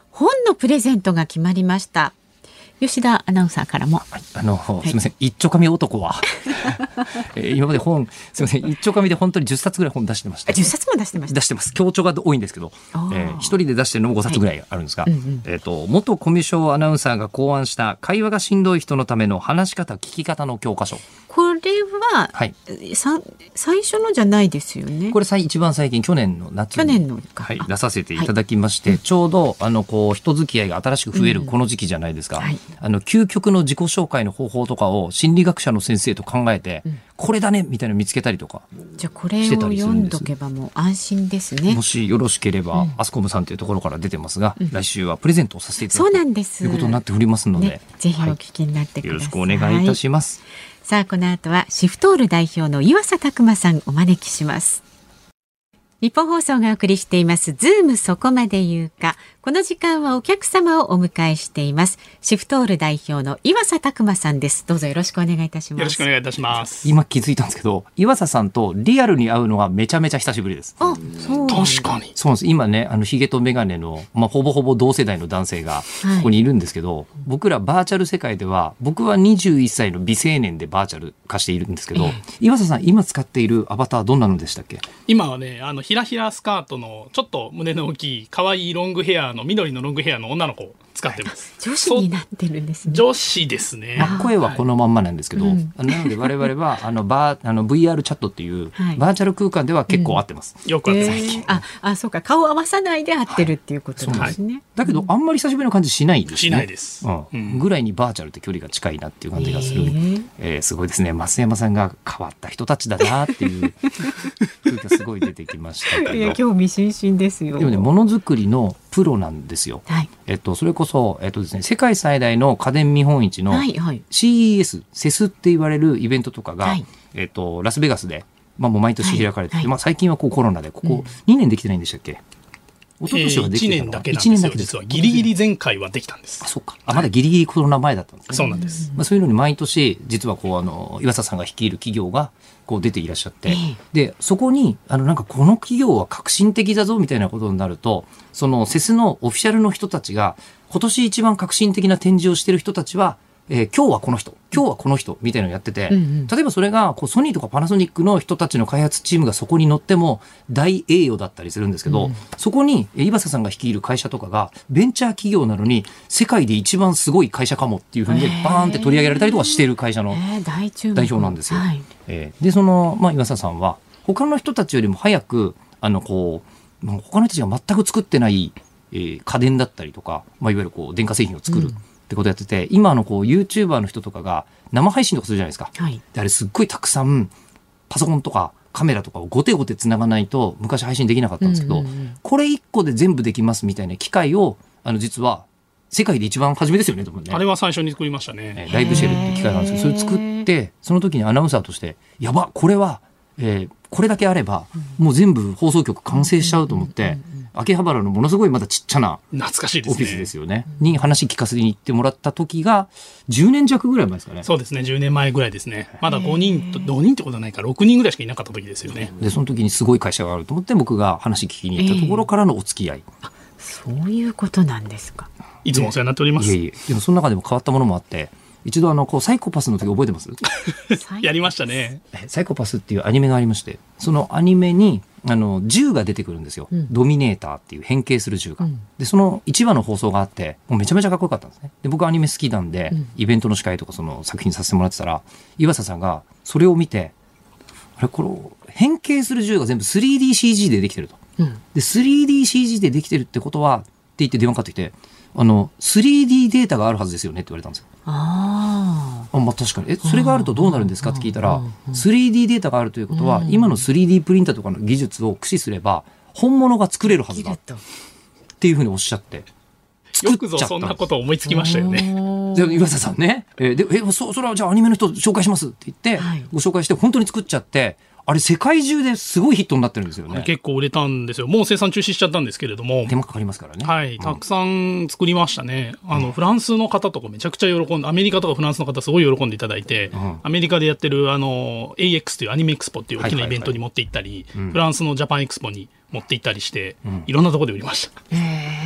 本のプレゼントが決まりました。吉田アナウンサーからも、 はい、あの、はい、すみません、一丁紙男は、えー、今まで本すみません一丁紙で本当にじゅっさつぐらい本出してました。 じゅっさつも出してました。 出してます。強調が多いんですけど、えー、一人で出してるのもごさつぐらいあるんですが、はい、うんうん、えーと、元コミュ障アナウンサーが考案した会話がしんどい人のための話し方聞き方の教科書。 これは、はい、さ最初のじゃないですよね。 これ一番最近去年の夏に去年の、 はい、出させていただきまして、はい、ちょうどあのこう人付き合いが新しく増えるこの時期じゃないですか、うん、はい、あの究極の自己紹介の方法とかを心理学者の先生と考えて、うん、これだねみたいなの見つけたりとかじゃあこれを読んどけばもう安心ですね。 もしよろしければ、うん、アスコムさんというところから出てますが、うん、来週はプレゼントをさせていただくそうなんですということになっておりますので、 ね、ぜひお聞きになってください、はい、よろしくお願いいたします。 さあこの後はシフトール代表の岩佐拓馬さんお招きします。日本放送がお送りしていますズームそこまで言うか。この時間はお客様をお迎えしています。シフトール代表の岩佐拓馬さんです。どうぞよろしくお願いいたします。 よろしくお願いいたします。 今気づいたんですけど、岩佐さんとリアルに会うのはめちゃめちゃ久しぶりです。 あ、そう確かにそうなんです。今ね、あのヒゲとメガネの、まあ、ほぼほぼ同世代の男性がここにいるんですけど、はい、僕らバーチャル世界では僕はにじゅういっさいの美青年でバーチャル化しているんですけど、えー、岩佐さん今使っているアバターはどんなのでしたっけ？ 今はね、あのひらひらスカートのちょっと胸の大きい可愛いロングヘアの緑のロングヘアの女の子を使ってます。 女子になってるんですね。 女子ですね、 まあ、声はこのまんまなんですけど、はい、なので我々はあのバーあの ブイアール チャットっていう、はい、バーチャル空間では結構合ってます、 うん、よく合ってます、 えー、ああそうか、顔を合わさないで合ってるっていうことなんですね、はい、 だけどあんまり久しぶりの感じしないですね。 しないです、 うんうん、ぐらいにバーチャルって距離が近いなっていう感じがする、えーえー、すごいですね。増山さんが変わった人たちだなっていう空気がすごい出てきましたけどいや興味津々ですよ。 でもね、ものづくりのプロなんですよ、はい、えっと、それこそ、えっとですね、世界最大の家電見本市の シーイーエス、セスって言われるイベントとかが、はい、えっと、ラスベガスで、まあ、もう毎年開かれてて、はい、まあ、最近はこうコロナでここにねんできてないんでしたっけ、うん、一昨年はできてたのが、 えー、いちねんだけなんですよ。実はギリギリ前回はできたんです。 あ、そうか。あ、まだギリギリコロナ前だったんですね。 そうなんです。 まあ、そういうのに毎年実はこうあの岩佐さんが率いる企業がこう出ていらっしゃって、えー、でそこにあのなんかこの企業は革新的だぞみたいなことになると、そのセスのオフィシャルの人たちが今年一番革新的な展示をしている人たちは、えー、今日はこの人今日はこの人みたいなのをやってて、うんうん、例えばそれがこうソニーとかパナソニックの人たちの開発チームがそこに乗っても大栄誉だったりするんですけど、うん、そこに岩佐さんが率いる会社とかがベンチャー企業なのに世界で一番すごい会社かもっていうふうにバーンって取り上げられたりとかしている会社の代表なんですよ、はい、えー、でその、まあ、岩佐さんは他の人たちよりも早くあのこう他の人たちが全く作ってないえー、家電だったりとか、まあ、いわゆるこう電化製品を作るってことをやってて、うん、今のこう YouTuber の人とかが生配信とかするじゃないですか、はい、であれすっごいたくさんパソコンとかカメラとかをゴテゴテつながないと昔配信できなかったんですけど、うんうんうん、これいっこで全部できますみたいな機械をあの実は世界で一番初めですよね、多分ね。 あれは最初に作りましたね、 えー、ライブシェルって機械なんですけど、それ作ってその時にアナウンサーとしてやばこれは、えー、これだけあればもう全部放送局完成しちゃうと思って、うんうんうんうん、秋葉原のものすごいまだちっちゃなオフィスですよね、に話聞かせに行ってもらった時がじゅうねん弱ぐらい前ですかね。 そうですね、じゅうねんまえぐらいですね。まだごにんとごにんってことはないからろくにんぐらいしかいなかった時ですよね。 でその時にすごい会社があると思って僕が話聞きに行ったところからのお付き合い、 えー、あ、そういうことなんですか。 いつもお世話になっております。 いえいえ、でもその中でも変わったものもあって、一度あのこうサイコパスの時覚えてますやりましたね。 サイコパスっていうアニメがありまして、そのアニメにあの銃が出てくるんですよ、うん、ドミネーターっていう変形する銃が、うん、でそのいちわの放送があってもうめちゃめちゃかっこよかったんですね。で僕アニメ好きなんで、うん、イベントの司会とかその作品させてもらってたら岩佐さんがそれを見て、あれこれ変形する銃が全部 スリーディーシージー でできてると、うん、で スリーディーシージー でできてるってことはって言って電話かかってきて、あの スリーディー データがあるはずですよねって言われたんですよ。ああ、まあ、確かにえそれがあるとどうなるんですかって聞いたら、 スリーディー データがあるということは今の スリーディー プリンターとかの技術を駆使すれば本物が作れるはずだっていうふうにおっしゃって、 よくぞそんなことを思いつきましたよね。 で岩佐さんね、えでえ そ, それはじゃあアニメの人紹介しますって言って、はい、ご紹介して本当に作っちゃって、あれ世界中ですごいヒットになってるんですよね。 結構売れたんですよ。もう生産中止しちゃったんですけれども、 手間かかりますからね。 はい、たくさん作りましたね。あの、うん、フランスの方とかめちゃくちゃ喜んで、アメリカとかフランスの方すごい喜んでいただいて、うん、アメリカでやってるあの エーエックス というアニメエクスポっていう大きなイベントに持って行ったり、はいはいはい、フランスのジャパンエクスポに持って行ったりして、うん、いろんなところで売りました。 へ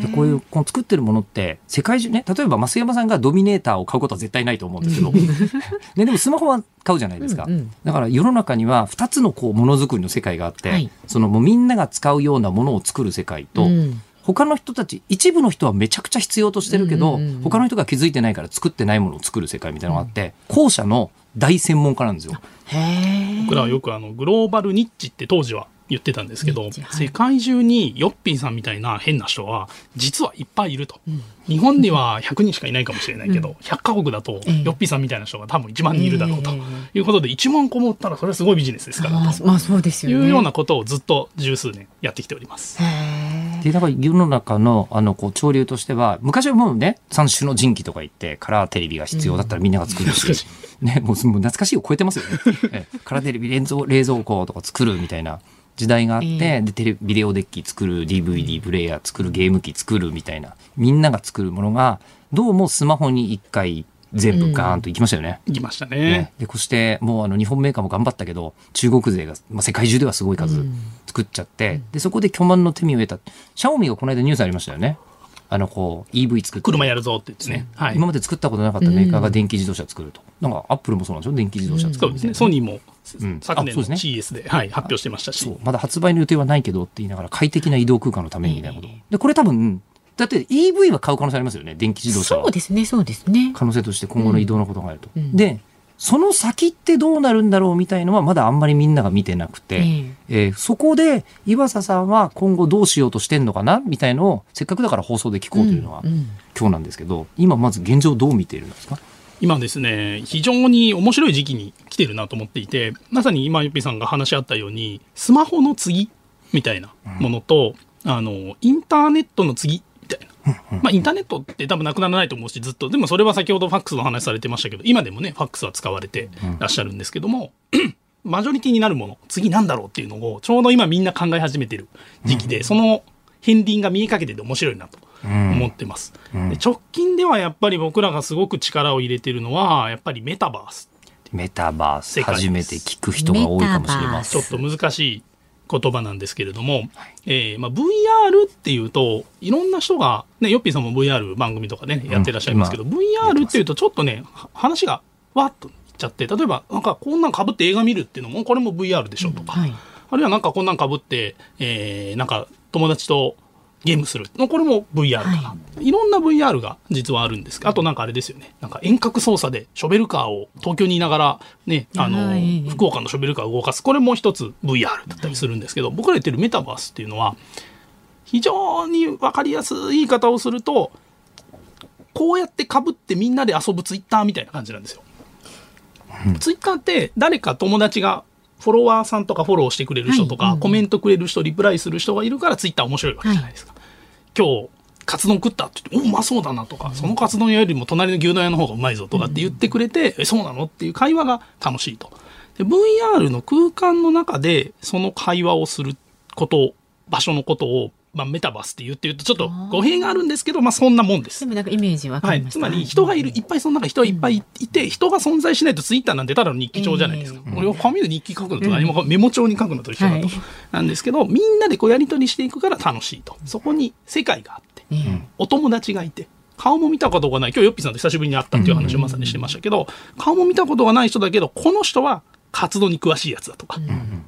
でこういうこの作ってるものって世界中ね、例えば増山さんがドミネーターを買うことは絶対ないと思うんですけど、ね、でもスマホは買うじゃないですか、うんうん、だから世の中にはふたつのこうものづくりの世界があって、はい、そのもうみんなが使うようなものを作る世界と、うん、他の人たち一部の人はめちゃくちゃ必要としてるけど、うんうんうん、他の人が気づいてないから作ってないものを作る世界みたいなのがあって、うん、後者の大専門家なんですよ。 へ僕らはよくあのグローバルニッチって当時は言ってたんですけど、はい、世界中にヨッピーさんみたいな変な人は実はいっぱいいると、うん、日本にはひゃくにんしかいないかもしれないけど、うん、ひゃっかこくだとヨッピーさんみたいな人が多分いちまんにんいるだろうということで、いちまんこも売ったらそれはすごいビジネスですからと、 まあそうですよね、 いうようなことをずっと十数年やってきております。 でだから世の中のあのこう潮流としては、昔はもうねさん種の神器とか言ってカラーテレビが必要だったらみんなが作るし、うんね、もう懐かしいを超えてますよねカラーテレビ冷蔵、冷蔵庫とか作るみたいな時代があって、えー、でテレビデオデッキ作る、 ディーブイディー プレイヤー作る、ゲーム機作るみたいな、みんなが作るものがどうもスマホにいっかい全部ガーンといきましたよね。 い、うん、きましたね。 ねでこうしてもうあの日本メーカーも頑張ったけど中国勢が、まあ、世界中ではすごい数作っちゃって、うん、でそこで巨万の手に植えたシャオミがこの間ニュースありましたよね。あのこう イーブイ 作って車やるぞって言ってね、 はい、今まで作ったことなかったメーカーが電気自動車作ると、うん、なんかアップルもそうなんでしょ、電気自動車作る、 うん、そうですね。ソニーも、うん、昨年の シーイーエス で、はい、発表してましたし、 そうまだ発売の予定はないけどって言いながら快適な移動空間のためにみたいなこと、えー、でこれ多分だって イーブイ は買う可能性ありますよね、電気自動車は。 そうですね、そうですね。 可能性として今後の移動のことがあると、うん、でその先ってどうなるんだろうみたいのはまだあんまりみんなが見てなくて、えーえー、そこで岩佐さんは今後どうしようとしてんのかなみたいのをせっかくだから放送で聞こうというのは、うんうん、今日なんですけど、今まず現状どう見ているんですか？ 今ですね、非常に面白い時期に来てるなと思っていて、まさに今ゆっぴーさんが話し合ったようにスマホの次みたいなものと、うん、あのインターネットの次みたいな、まあ、インターネットって多分なくならないと思うし、ずっとでもそれは先ほどファックスの話されてましたけど、今でもねファックスは使われてらっしゃるんですけども、うん、マジョリティになるもの次なんだろうっていうのをちょうど今みんな考え始めてる時期で、うん、その片鱗が見えかけてて面白いなと思ってます、うん、で直近ではやっぱり僕らがすごく力を入れてるのはやっぱりメタバース。 メタバース初めて聞く人が多いかもしれません。 ちょっと難しい言葉なんですけれども、はいえーまあ、ブイアール っていうといろんな人が、ね、ヨッピーさんも ブイアール 番組とかねやってらっしゃいますけど、うん、ブイアール っていうとちょっとね話がわっといっちゃって、例えばなんかこんなんかぶって映画見るっていうのもこれも ブイアール でしょとか、うんはい、あるいはなんかこんなんかぶって、えー、なんか友達とゲームするこれも ブイアール かな、はい、いろんな ブイアール が実はあるんですけど、あとなんかあれですよね、なんか遠隔操作でショベルカーを東京にいながら、ね、あの、はい、福岡のショベルカーを動かす、これも一つ ブイアール だったりするんですけど、はい、僕ら言ってるメタバースっていうのは非常に分かりやすい言い方をするとこうやって被ってみんなで遊ぶツイッターみたいな感じなんですよ、うん、ツイッターって誰か友達がフォロワーさんとかフォローしてくれる人とか、はいうん、コメントくれる人リプライする人がいるからツイッター面白いわけじゃないですか、はい、今日カツ丼食ったって言っておうまそうだなとか、うん、そのカツ丼よりも隣の牛丼屋の方がうまいぞとかって言ってくれて、うん、えそうなのっていう会話が楽しいと。で ブイアール の空間の中でその会話をすること場所のことをまあ、メタバースって言ってるとちょっと語弊があるんですけど、まあ、そんなもんです。 でもなんかイメージわかりました、 はい、つまり人がいるいっぱいその中人がいっぱいいて、うん、人が存在しないとツイッターなんてただの日記帳じゃないですか、えー、俺は紙で日記書くのと何も、うん、メモ帳に書くのと一緒だと、はい、なんですけどみんなでこうやり取りしていくから楽しいと。そこに世界があって、うん、お友達がいて顔も見たことがない、今日ヨッピーさんと久しぶりに会ったっていう話をまさにしてましたけど、うん、顔も見たことがない人だけどこの人はカツ丼に詳しいやつだとか、うん、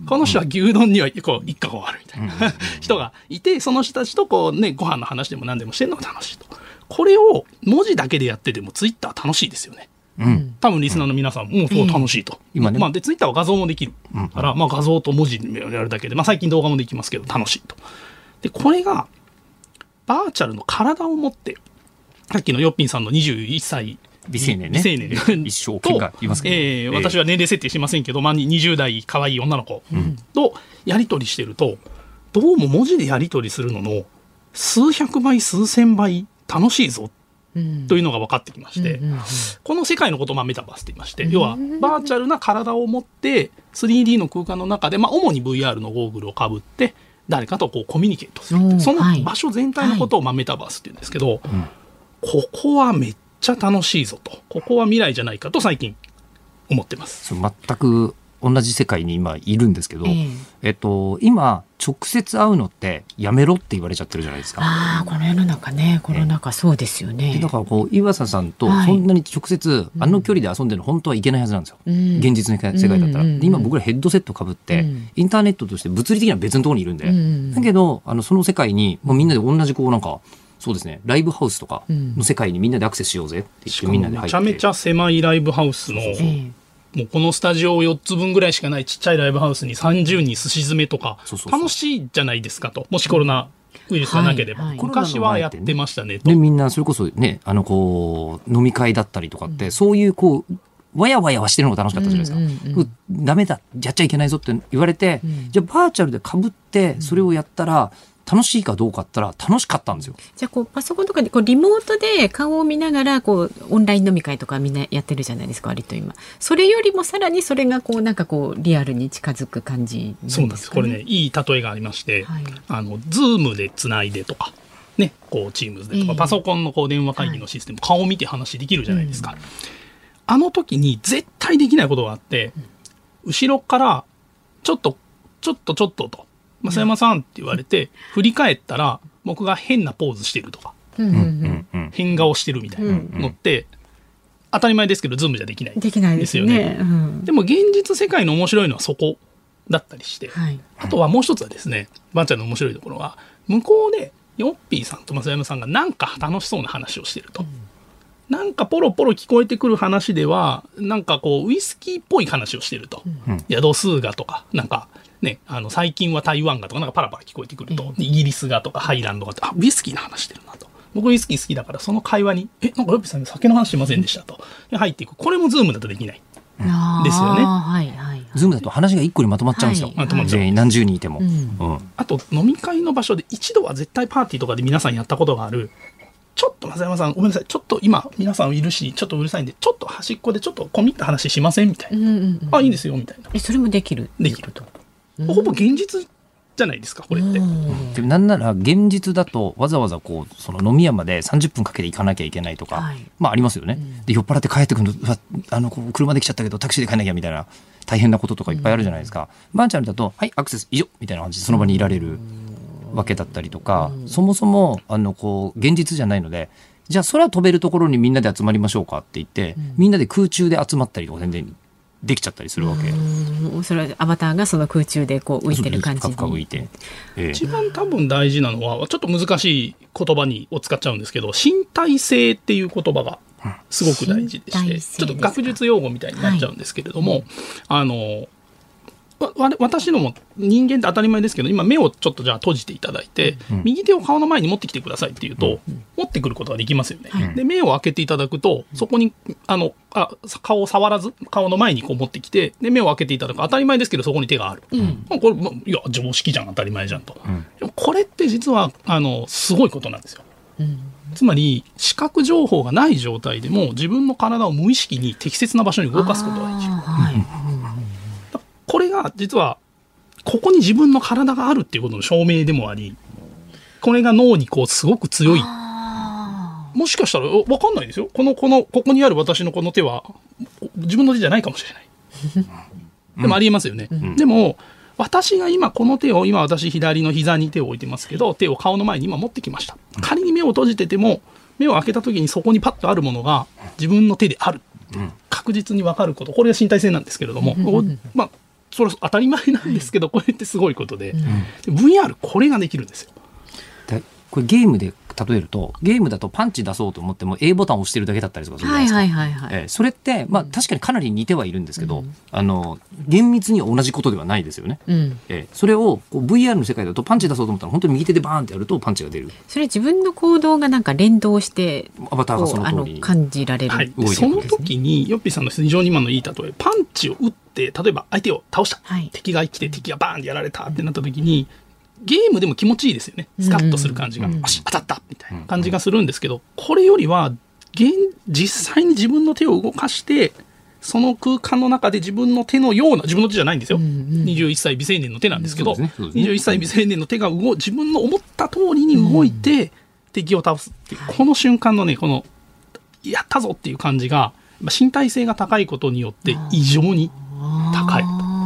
この人は牛丼にはこう一家があるみたいな、うん、人がいて、その人たちとこう、ね、ご飯の話でも何でもしてるのが楽しいと。これを文字だけでやっててもツイッター楽しいですよね、うん、多分リスナーの皆さんもそう楽しいと、うん今ねまあ、でツイッターは画像もできるから、うんまあ、画像と文字でやるだけで、まあ、最近動画もできますけど楽しいと。でこれがバーチャルの体を持ってさっきのヨッピンさんのにじゅういっさい美青年ね。 美青年一生懸命言いますけど、 えーえー、私は年齢設定してませんけど、まあ、にじゅう代可愛い女の子とやり取りしてると、どうも文字でやり取りするのの数百倍数千倍楽しいぞというのが分かってきまして、うんうんうんうん、この世界のことをまあメタバースって言いまして、要はバーチャルな体を持って スリーディー の空間の中で、まあ、主に ブイアール のゴーグルをかぶって誰かとこうコミュニケートする、その場所全体のことをまあメタバースって言うんですけど、はいはい、ここはめっちゃ楽しいぞと、ここは未来じゃないかと最近思ってます。 全く同じ世界に今いるんですけど、 えええっと、今直接会うのってやめろって言われちゃってるじゃないですか。 ああ、この世の中ね、コロナ禍そうですよね。 でだからこう岩佐さんとはいそんなに直接あの距離で遊んでるの本当はいけないはずなんですよ、 うん現実の世界だったら。 うんうんうんで今僕らヘッドセットかぶって、 うんインターネットとして物理的には別のところにいるんで、 うんだけどあのその世界にもうみんなで同じこうなんかそうですねライブハウスとかの世界にみんなでアクセスしようぜって言っしてかもみんなで入ってめちゃめちゃ狭いライブハウスの、 ええもうこのスタジオよっつぶんぐらいしかないちっちゃいライブハウスにさんじゅうにんすし詰めとかそうそうそう楽しいじゃないですかと、もしコロナウイルスがなければ、 はいはい昔はやってましたねと。 でみんなそれこそねあのこう飲み会だったりとかって、そういうこうわやわやはしてるのが楽しかったじゃないですか、 うんうんうんうダメだやっちゃいけないぞって言われて、 うんじゃあバーチャルで被ってそれをやったら楽しいかどうかって言ったら楽しかったんですよ。 じゃあこうパソコンとかでこうリモートで顔を見ながらこうオンライン飲み会とかみんなやってるじゃないですか割と今。それよりもさらにそれがこうなんかこうリアルに近づく感じなんですかね。 そうなんです。これね、いい例えがありまして、 はいあの、ズームでつないでとか、ね、こう、チームズでとか、 ええパソコンのこう電話会議のシステム、顔を見て話できるじゃないですか。あの時に絶対できないことがあって、後ろから、ちょっと、ちょっとちょっとと、増山さんって言われて、振り返ったら、僕が変なポーズしてるとか、 うんうんうんうん変顔してるみたいなのって、当たり前ですけど、ズームじゃできない。 できないですよね。うんでも現実世界の面白いのはそこだったりして、 はい。 あとはもう一つはですね、バーチャルの面白いところは、向こうでヨッピーさんと増山さんがなんか楽しそうな話をしてると。なんかポロポロ聞こえてくる話では、なんかこう、ウイスキーっぽい話をしてると。 うんいや、度数がとか、なんかね、あの、最近は台湾がとか、なんかパラパラ聞こえてくると、イギリスがとか、ハイランドがとか、あ、ウイスキーの話してるなと。僕ウイスキー好きだから、その会話に、え、なんかヨッピーさん酒の話しませんでしたと。で入っていく。これもズームだとできない。 あーですよねはいはいはい。 ズームだと話が一個にまとまっちゃうんですよ、 はいまとまっちゃう全員何十人いても、 うんうんあと飲み会の場所で一度は絶対パーティーとかで皆さんやったことがある、ちょっと増山さんごめんなさい、ちょっと今皆さんいるしちょっとうるさいんでちょっと端っこでちょっと込み入った話しませんみたいな、 うんうんうんあいいですよみたいな、 えそれもできる。 できると、ほぼ現実じゃないですかこれって、 でなんなら現実だとわざわざこうその飲み屋までさんじゅっぷんかけて行かなきゃいけないとか、 はいまあありますよね、で酔っ払って帰ってくるのうわあのこう車で来ちゃったけどタクシーで帰んなきゃみたいな大変なこととかいっぱいあるじゃないですか、バーチャルだとはいアクセス以上みたいな感じでその場にいられるわけだったりとか、そもそもあのこう現実じゃないのでじゃあ空飛べるところにみんなで集まりましょうかって言って、みんなで空中で集まったりとか全然できちゃったりするわけ。 うんそれはアバターがその空中でこう浮いてる感じふにかふか浮いて、ええ一番多分大事なのはちょっと難しい言葉にを使っちゃうんですけど、身体性っていう言葉がすごく大事でして、 身体性ですかちょっと学術用語みたいになっちゃうんですけれども、あのわわ私のも人間って当たり前ですけど今目をちょっとじゃあ閉じていただいて、右手を顔の前に持ってきてくださいっていうと、持ってくることができますよね、で目を開けていただくとそこにあのあ顔を触らず顔の前にこう持ってきてで目を開けていただく当たり前ですけどそこに手がある、まあこれ、まあいや常識じゃん当たり前じゃんと、でもこれって実はあのすごいことなんですよ。つまり視覚情報がない状態でも自分の体を無意識に適切な場所に動かすことができる。 あーはいこれが実はここに自分の体があるっていうことの証明でもあり、これが脳にこうすごく強い。 あもしかしたら分かんないですよ。このこのここにある私のこの手は自分の手じゃないかもしれない。でもありえますよね。でも私が今この手を今私左の膝に手を置いてますけど、手を顔の前に今持ってきました。仮に目を閉じてても目を開けた時にそこにパッとあるものが自分の手であるって確実に分かること、これが身体性なんですけれども、まあそれ当たり前なんですけど、これってすごいことで、で ブイアール これができるんですよ。 でこれゲームで例えるとゲームだとパンチ出そうと思っても A ボタンを押してるだけだったりとかするじゃないはいですか、 はいはいはい。 えーそれって、まあ、確かにかなり似てはいるんですけど、あの厳密には同じことではないですよね、 うん、 えーそれをこう ブイアール の世界だとパンチ出そうと思ったら本当に右手でバーンってやるとパンチが出る、 それ自分の行動がなんか連動してアバターがそこうあのの通りに感じられる、 はい、 動いてそのるんですね時にヨッピーさんの非常に今のいい例え、パンチを打って例えば相手を倒した、 はい敵が来て敵がバーンってやられたってなった時にゲームでも気持ちいいですよね。スカッとする感じが、 うんうんよし当たったみたいな感じがするんですけど、これよりは現実際に自分の手を動かしてその空間の中で自分の手のような、自分の手じゃないんですよ、 うんうん、 にじゅういっさい未成年の手なんですけど、 そうですねそうですねにじゅういっさい未成年の手が動自分の思った通りに動いて敵を倒すっていう、この瞬間のねこのやったぞっていう感じが身体性が高いことによって異常に高い。 あ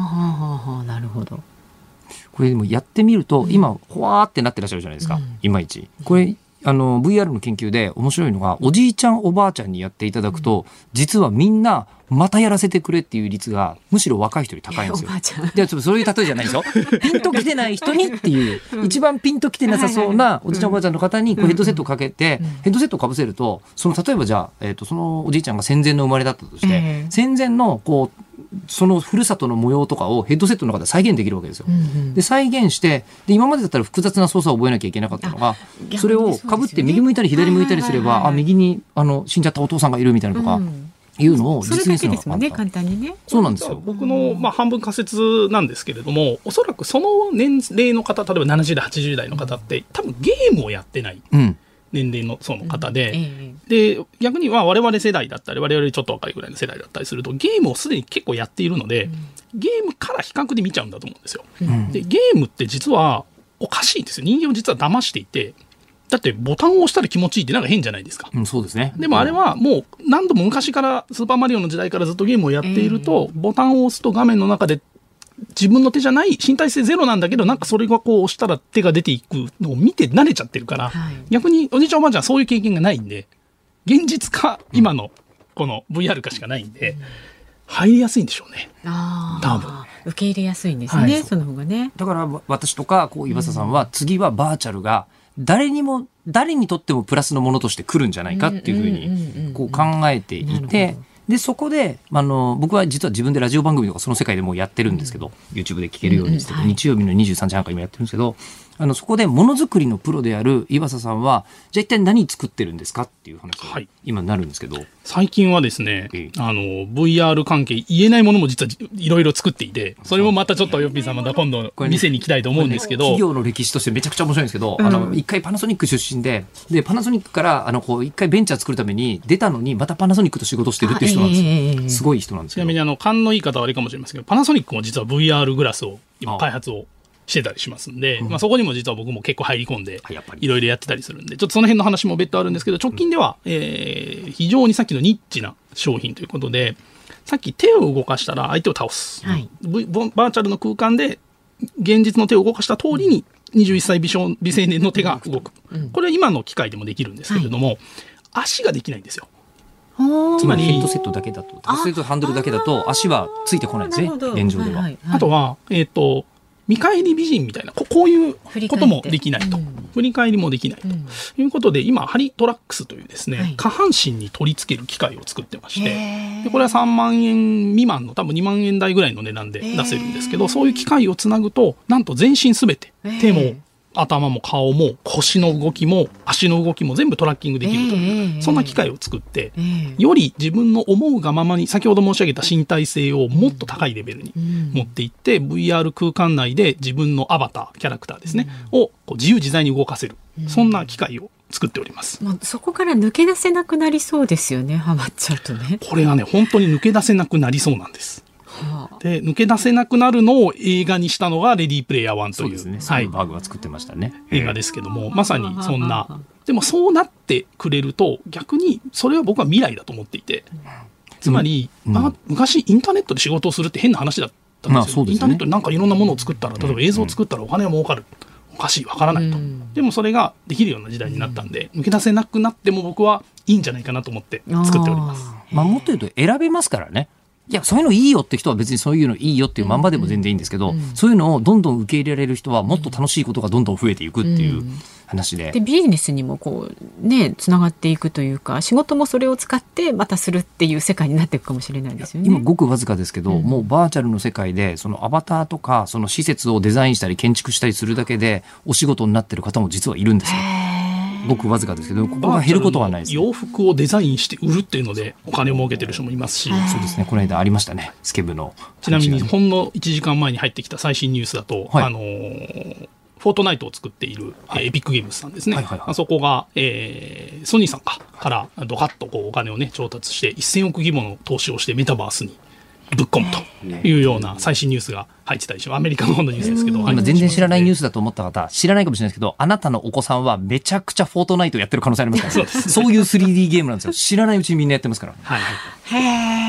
これでもやってみると、うん、今ほわーってなってらっしゃるじゃないですか、うん、いまいちこれあの ブイアール の研究で面白いのが、おじいちゃんおばあちゃんにやっていただくと、うん、実はみんなまたやらせてくれっていう率がむしろ若い人より高いんですよ。いやそういう例えじゃないですよ。ピンときてない人にっていう、うん、一番ピンときてなさそうなおじいちゃんおばあちゃんの方にこうヘッドセットをかけて、うん、ヘッドセットをかぶせると、その例えばじゃあ、えーと、そのおじいちゃんが戦前の生まれだったとして、うん、戦前のこうそのふるさとの模様とかをヘッドセットの中で再現できるわけですよ、うんうん、で再現してで今までだったら複雑な操作を覚えなきゃいけなかったのが、それをかぶって右向いたり左向いたりすれば、あ右にあの死んじゃったお父さんがいるみたいなとか、うんいうのを実現するのが簡単。それだけですもんね、簡単にね。そうなんですよ。 僕の、まあ、半分仮説なんですけれども、おそらくその年齢の方、例えばななじゅう代はちじゅう代の方って多分ゲームをやってない年齢のその方で、うんええ、で逆には我々世代だったり我々よりちょっと若いぐらいの世代だったりすると、ゲームをすでに結構やっているので、うん、ゲームから比較で見ちゃうんだと思うんですよ、うん、でゲームって実はおかしいんですよ。人間を実は騙していて、だってボタンを押したら気持ちいいってなんか変じゃないですか、 うん、そうですね。 でもあれはもう何度も昔からスーパーマリオの時代からずっとゲームをやっていると、えー、ボタンを押すと画面の中で自分の手じゃない身体性ゼロなんだけど、なんかそれがこう押したら手が出ていくのを見て慣れちゃってるから、はい、逆におじいちゃんおばあちゃんはそういう経験がないんで、現実か今のこの ブイアール かしかないんで、うん、入りやすいんでしょうね。あ多分受け入れやすいんですね、はい、その方がね。 だから私とかこう岩佐さんは、次はバーチャルが誰にも誰にとってもプラスのものとして来るんじゃないかっていうふうにこう考えていて、でそこであの僕は実は自分でラジオ番組とかその世界でもうやってるんですけど、うん、YouTube で聞けるようにして、うんうんはい、日曜日のにじゅうさんじはんから今やってるんですけど、あのそこでものづくりのプロである岩佐さんはじゃあ一体何作ってるんですかっていう話が今なるんですけど、はい、 最近はですね、ええ、あの ブイアール 関係言えないものも実はいろいろ作っていて、それもまたちょっとヨッピーさんまた今度店に行きたいと思うんですけど、ね、 企業の歴史としてめちゃくちゃ面白いんですけど、うん、あの一回パナソニック出身ででパナソニックからあのこう一回ベンチャー作るために出たのにまたパナソニックと仕事してるっていう人なんですよ、ええ、すごい人なんですけど。 ちなみにあの勘のいい方はあれかもしれませんけど、パナソニックも実は ブイアール グラスを今開発をしてたりしますんで、うんまあ、そこにも実は僕も結構入り込んでいろいろやってたりするんで、ちょっとその辺の話も別途あるんですけど、直近では、えー、非常にさっきのニッチな商品ということで、さっき手を動かしたら相手を倒す、はい、バーチャルの空間で現実の手を動かした通りににじゅういっさい美少美青年の手が動く、うん、これは今の機械でもできるんですけれども、はい、足ができないんですよ。 つまりヘッドセットだけだと、ヘッドセットハンドルだけだと足はついてこないんですね、現状では。はいはいはい、あとは、えっ、ー、と見返り美人みたいな こ, こういうこともできないと、うん、振り返りもできないということで、今ハリトラックスというですね、はい、下半身に取り付ける機械を作ってまして、でこれはさんまんえん未満の多分にまんえん台ぐらいの値段で出せるんですけど、そういう機械をつなぐとなんと全身すべて手も頭も顔も腰の動きも足の動きも全部トラッキングできるという、えー、そんな機械を作って、えー、より自分の思うがままに先ほど申し上げた身体性をもっと高いレベルに持っていって、うん、ブイアール 空間内で自分のアバターキャラクターですね、うん、をこう自由自在に動かせる、うん、そんな機械を作っております。 もうそこから抜け出せなくなりそうですよね、ハマっちゃうとね。 これがね本当に抜け出せなくなりそうなんです。で抜け出せなくなるのを映画にしたのがレディープレイヤーワンという、そうですね、 サイバーグが作ってましたね、 映画ですけども、まさにそんな。でもそうなってくれると逆にそれは僕は未来だと思っていて、つまり、うんまあ、昔インターネットで仕事をするって変な話だったんですよ、まあそうですね、インターネットでなんかいろんなものを作ったら、例えば映像を作ったらお金が儲かる、おかしいわからないと、うん、でもそれができるような時代になったんで、抜け出せなくなっても僕はいいんじゃないかなと思って作っております。 まあ、もっと言うと選べますからね。いやそういうのいいよって人は別にそういうのいいよっていうまんまでも全然いいんですけど、うんうん、そういうのをどんどん受け入れられる人はもっと楽しいことがどんどん増えていくっていう話で、うん、 でビジネスにもこうねつながっていくというか、仕事もそれを使ってまたするっていう世界になっていくかもしれないですよね。 今ごくわずかですけど、うん、もうバーチャルの世界でそのアバターとかその施設をデザインしたり建築したりするだけでお仕事になってる方も実はいるんですよ。ごくわずかですけど、ここが減ることはないです、ね、 洋服をデザインして売るっていうのでお金を儲けてる人もいますし、 そうですね、この間ありましたね、スケブの。 ちなみにほんのいちじかんまえに入ってきた最新ニュースだと、はい、あのー、フォートナイトを作っている、はい、エピックゲームズさんですね、はいはいはい、あそこが、えー、ソニーさんかからドカッとこうお金をね調達してせんおく規模の投資をしてメタバースにぶっ込むというような最新ニュースが入ってたりします。アメリカの方のニュースですけど、 今全然知らないニュースだと思った方知らないかもしれないですけど、あなたのお子さんはめちゃくちゃフォートナイトやってる可能性ありますから、ね、そうですそういう スリーディー ゲームなんですよ。知らないうちにみんなやってますから、はい、 へー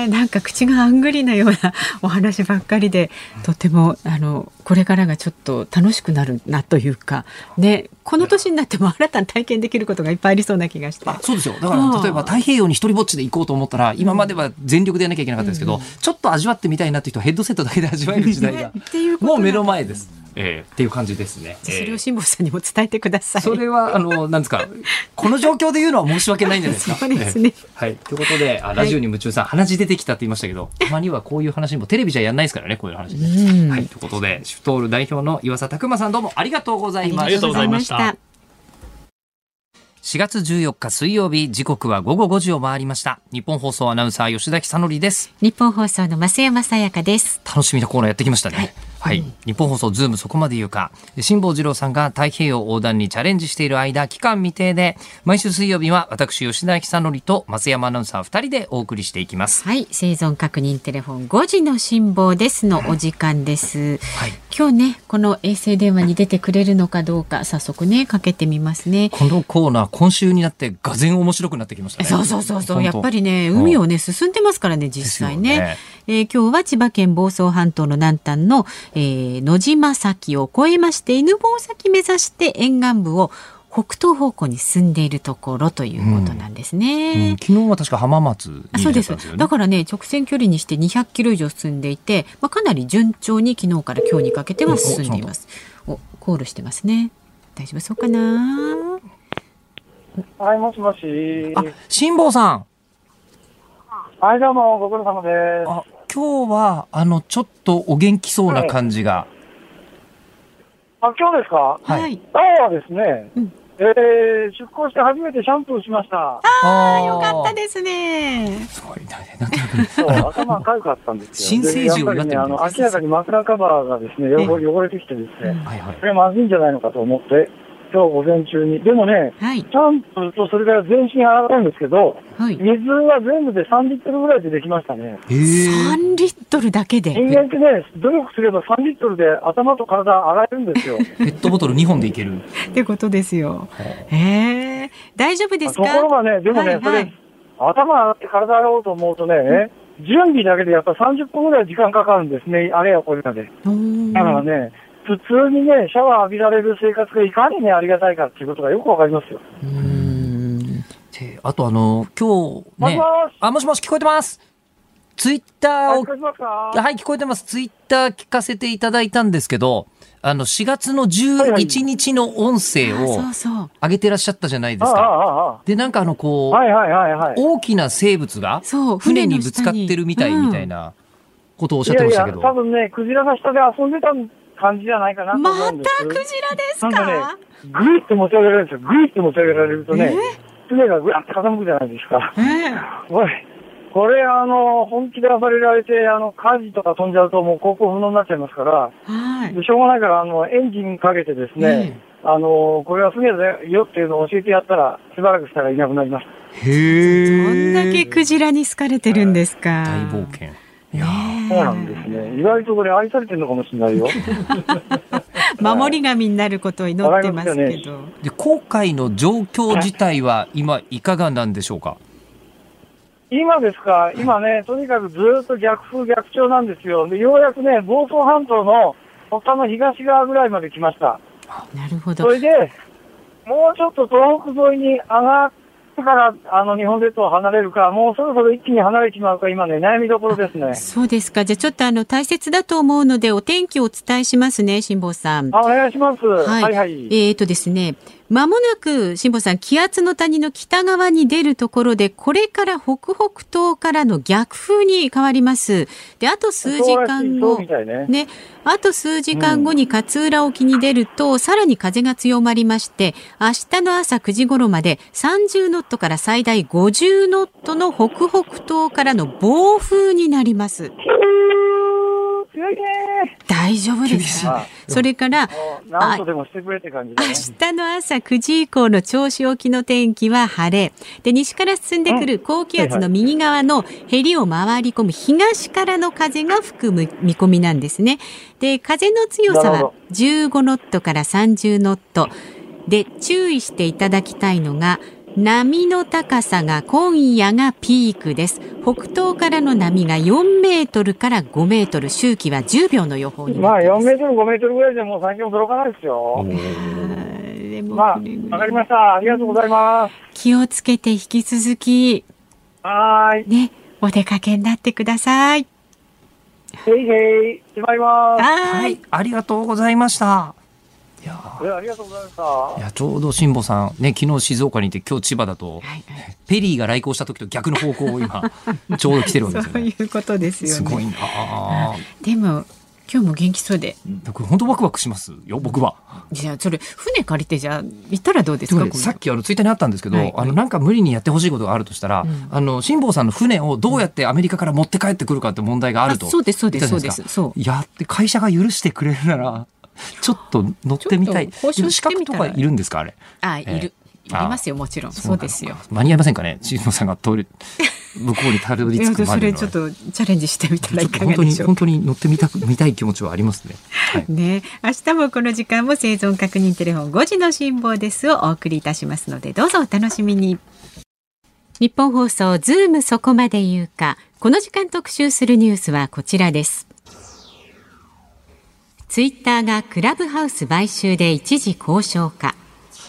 ね、なんか口があんぐりなようなお話ばっかりで、とてもあのこれからがちょっと楽しくなるなというか、ね、この年になっても新たに体験できることがいっぱいありそうな気がして。 あ、そうですよ。だから例えば太平洋に一人ぼっちで行こうと思ったら、今までは全力でやらなきゃいけなかったですけど、うん、ちょっと味わってみたいなっていう人はヘッドセットだけで味わえる時代がもう目の前です。えー、っていう感じですね。 それを辛坊さんにも伝えてください。 それはあのなんですか、この状況で言うのは申し訳ないんじゃないですか。 そうですね。 えー、はい。ということで、ラジオに夢中さん、はい、鼻血出てきたって言いましたけど、たまにはこういう話もテレビじゃやんないですからね、こういう話、ね。はい。ということで、シュトール代表の岩佐拓馬さん、どうもありがとうございました。 ありがとうございました。 しがつじゅうよっか水曜日、時刻はごごごじを回りました。日本放送アナウンサー吉田久典です。 日本放送の増山さやかです。 楽しみなコーナーやってきましたね。はい。はい、うん、日本放送ズームそこまで言うか、辛坊治郎さんが太平洋横断にチャレンジしている間、期間未定で毎週水曜日は私吉田久典と増山アナウンサーふたりでお送りしていきます。 はい、生存確認テレフォンごじの辛坊ですのお時間です。はい、今日ね、この衛星電話に出てくれるのかどうか、早速ねかけてみますね。 このコーナー今週になってがぜん面白くなってきましたね。 そうそうそうそう、やっぱりね、海をね進んでますからね、実際ね。ね、えー、今日は千葉県房総半島の南端の、えー、野島崎を越えまして犬吠埼目指して沿岸部を北東方向に進んでいるところということなんですね。 うんうん、昨日は確か浜松にいらっしゃったんですよね。 そうです。だからね、直線距離にしてにひゃくキロ以上進んでいて、まあ、かなり順調に昨日から今日にかけては進んでいます。お、コールしてますね。大丈夫そうかな。 はい、もしもし。 あ、辛坊さん。 はい、どうもご苦労様です。 あ、今日はあのちょっとお元気そうな感じが。 はい、あ、今日ですか。 はい。 今日はですね、うん、えー、出航して初めてシャンプーしました。 ああ、よかったですね。 すごいね。 なんかそう頭かゆかったんですよ。 新生児をやってるんです。 あの明らかに枕カバーがですね汚れ汚れてきてですね、 はいはい、 これまずいんじゃないのかと思って。今日午前中に。でもね、はい、シャンプーとそれから全身洗ったんですけど、はい、水は全部でさんリットルぐらいでできましたね。 さんリットルだけで。 人間ってね、努力すればさんリットルで頭と体洗えるんですよ。 ペットボトルにほんでいけるってことですよ。へー、大丈夫ですか。 ところがね、でもね、はいはい、それ頭洗って体洗おうと思うとね、うん、準備だけでやっぱさんじゅっぷんぐらい時間かかるんですね。あれやこれまで。だからね、普通にね、シャワー浴びられる生活がいかにね、ありがたいかっていうことがよくわかりますよ。 うーん。あとあの、今日ね。もしもし。あ、もしもし、聞こえてます。ツイッターを。 聞こえてますか？ はい、聞こえてます。ツイッター聞かせていただいたんですけど、あの、しがつのじゅういちにちの音声を上げてらっしゃったじゃないですか。で、なんかあの、こう、 はいはいはいはい、 大きな生物が船にぶつかってるみたいみたいなことをおっしゃってましたけど。 いやいや、多分ね、クジラが下で遊んでた感じじゃないかなと思うんです。 またクジラですか。 なんかね、グイッと持ち上げられるんですよ。グイッと持ち上げられるとね、船がグワッと傾くじゃないですか。えー、これ、これあの、本気で暴れられて、あの、火事とか飛んじゃうともう航行不能になっちゃいますから、はい、でしょうがないから、あの、エンジンかけてですね、えー、あの、これは船だよっていうのを教えてやったら、しばらくしたらいなくなりました。 へー。 どんだけクジラに好かれてるんですか。 大冒険。 いやそうなんですね。意外とこれ愛されてるのかもしれないよ。 守り神になることを祈ってますけど。ね、 で、航海の状況自体は今いかがなんでしょうか。 今ですか。今ね、とにかくずっと逆風逆潮なんですよ。で、ようやくね、房総半島の他の東側ぐらいまで来ました。 なるほど。 それで、もうちょっと東北沿いに上がってからあの日本列島を離れるか、もうそろそろ一気に離れてしまうか、今ね、悩みどころですね。 そうですか。じゃあちょっとあの大切だと思うので、お天気をお伝えしますね、辛坊さん。 あ、お願いします。はい、はい、はい。 えーとですね、まもなく辛坊さん、気圧の谷の北側に出るところで、これから北北東からの逆風に変わります。で、あと数時間後、ね、ね、あと数時間後に勝浦沖に出ると、うん、さらに風が強まりまして、明日の朝くじ頃までさんじゅうノットから最大ごじゅうノットの北北東からの暴風になります。大丈夫ですか。それから何とでもしてくれって感じだね。 明日の朝くじ以降の銚子沖の天気は晴れで、西から進んでくる高気圧の右側のへりを回り込む東からの風が吹く見込みなんですね。で、風の強さはじゅうごノットからさんじゅうノットで、注意していただきたいのが波の高さが今夜がピークです。北東からの波がよんメートルからごメートル、周期はじゅうびょうの予報になっています。 まあよんメートル、ごメートルぐらいでもう最近も届かないですよ。 でもまあ、わかりました。ありがとうございます。 気をつけて引き続き、 はーい。 ね、お出かけになってください。 へいへい、しまいます。 ははいい、ありがとうございました。いやえありがとうございました。 いやちょうど辛坊さんね、昨日静岡にいて今日千葉だと、 はいはい、 ペリーが来航した時と逆の方向を今ちょうど来てるわけですよね。 そういうことですよね。 すごいな。 でも今日も元気そうで、 これ本当ワクワクしますよ僕は。 じゃあそれ船借りてじゃあ行ったらどうですか。 ね、さっきあのツイッターにあったんですけど、はいはい、あのなんか無理にやってほしいことがあるとしたら、うん、あの辛坊さんの船をどうやってアメリカから持って帰ってくるかって問題があると。 そうですそうですそうです。そうやって会社が許してくれるならちょっと乗ってみたい。資格とかいるんですかあれ。 あ、いる。えーいりますよ、もちろん。そうですよ。 間に合いませんかね、辛坊さんが通る向こうにたどり着くまでの。 それちょっとチャレンジしてみたらいかがでしょうか。 本当に本当に乗ってみたく見たい気持ちはありますね。はい、 ね、明日もこの時間も生存確認テレフォンごじの辛坊ですをお送りいたしますので、どうぞお楽しみに。日本放送ズームそこまで言うか。この時間特集するニュースはこちらです。ツイッターがクラブハウス買収で一時交渉か。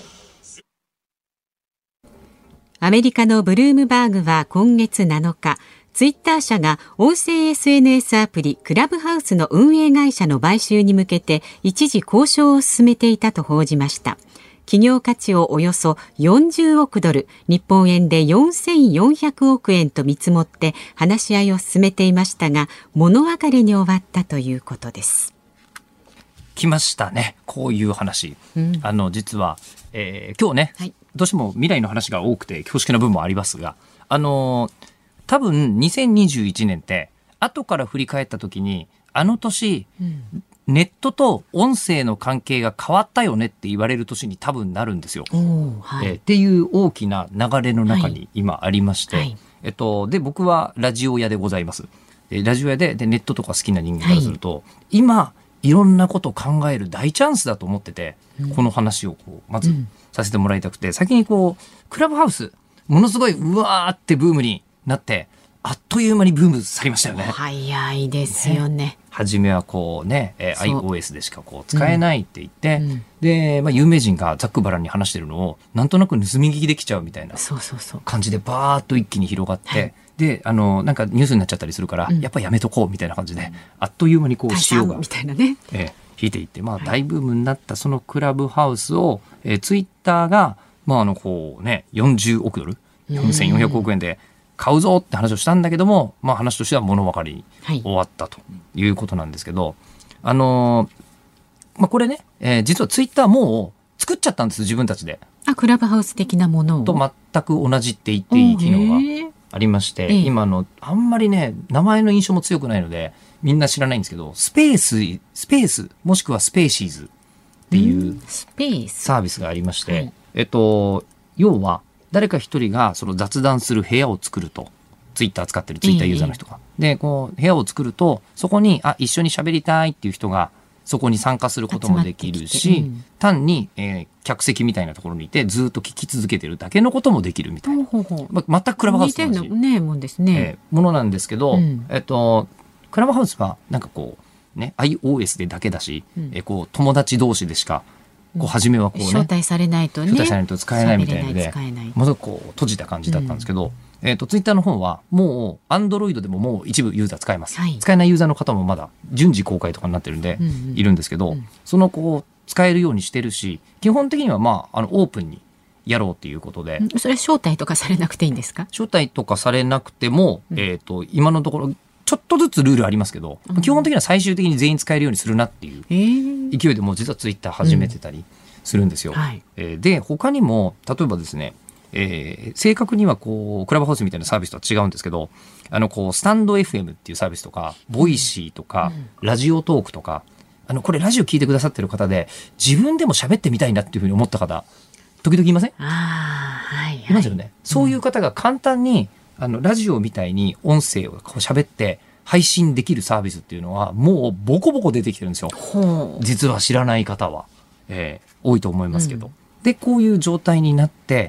アメリカのブルームバーグは今月なのか、ツイッター社が音声 エスエヌエス アプリクラブハウスの運営会社の買収に向けて一時交渉を進めていたと報じました。企業価値をおよそよんじゅうおくドル、日本円でよんせんよんひゃくおくえんと見積もって話し合いを進めていましたが、物別れに終わったということです。 来ましたね、こういう話。うん、あの実は、えー、今日ね、はい、どうしても未来の話が多くて恐縮な部分もありますが、あのー、多分にせんにじゅういちねんって後から振り返った時にあの年、うん、ネットと音声の関係が変わったよねって言われる年に多分なるんですよ。はい、えー、っていう大きな流れの中に今ありまして、はいはい、えっと、で僕はラジオ屋でございます。でラジオ屋 で, でネットとか好きな人間からすると、はい、今いろんなことを考える大チャンスだと思ってて、うん、この話をこうまずさせてもらいたくて、うん、先にこうクラブハウスものすごいうわーってブームになってあっという間にブーム去りましたよね。 早いですよ ね, ね初めはこうね、えー、iOS でしかこう使えないって言って、うん、で、まあ、有名人がざっくばらんに話してるのをなんとなく盗み聞きできちゃうみたいな感じでバーッと一気に広がって、はい、であのなんかニュースになっちゃったりするから、うん、やっぱやめとこうみたいな感じで、うん、あっという間にこう潮がみたいなね、 えー、引いていって、まあ、大ブームになったそのクラブハウスを、えー、ツイッターが、まああのこうね、よんじゅうおくドルよんせんよんひゃくおくえんで買うぞって話をしたんだけども、まあ、話としては物分かりに終わったということなんですけど、はい、あのーまあ、これね、えー、実はツイッターもう作っちゃったんです自分たちで。 あ、クラブハウス的なものをと全く同じって言っていい機能がありまして、今のあんまりね名前の印象も強くないのでみんな知らないんですけど、スペーススペースもしくはスペーシーズっていうサービスがありまして、はい、えっと要は誰か一人がその雑談する部屋を作ると、ツイッター使ってるツイッターユーザーの人が、えー、でこう部屋を作るとそこにあ一緒に喋りたいっていう人がそこに参加することもできるし、うん、単に、えー、客席みたいなところにいてずっと聞き続けてるだけのこともできるみたいな、ほうほうほう、ま、全くクラブハウスと同じ、 ねもんですね、 えー、ものなんですけど、うん、えっとクラブハウスはなんかこうね iOS でだけだし、うん、えー、こう友達同士でしかこう初めはこうね招待されないとね招待されないと使えないみたいなのでまずこう閉じた感じだったんですけど、うん、えーとツイッターの方はもう Android でももう一部ユーザー使えます、はい、使えないユーザーの方もまだ順次公開とかになってるんで、うんうん、いるんですけど、うん、そのこう使えるようにしてるし、基本的にはまああのオープンにやろうっていうことで、 それは招待とかされなくていいんですか？ 招待とかされなくても、うん、えーと今のところちょっとずつルールありますけど、うん、基本的には最終的に全員使えるようにするなっていう勢いでもう実はツイッター始めてたりするんですよ、うん、はい、えー、で他にも例えばですね、えー、正確にはこうクラブハウスみたいなサービスとは違うんですけど、あのこうスタンド エフエム っていうサービスとかボイシーとか、うん、ラジオトークとか、あのこれラジオ聞いてくださってる方で自分でも喋ってみたいなっていうふうに思った方時々いません？ あ、はいはい、 いますよね。そういう方が簡単に、うん、あのラジオみたいに音声をこう喋って配信できるサービスっていうのはもうボコボコ出てきてるんですよ。実は知らない方は、えー、多いと思いますけど、うん、でこういう状態になって、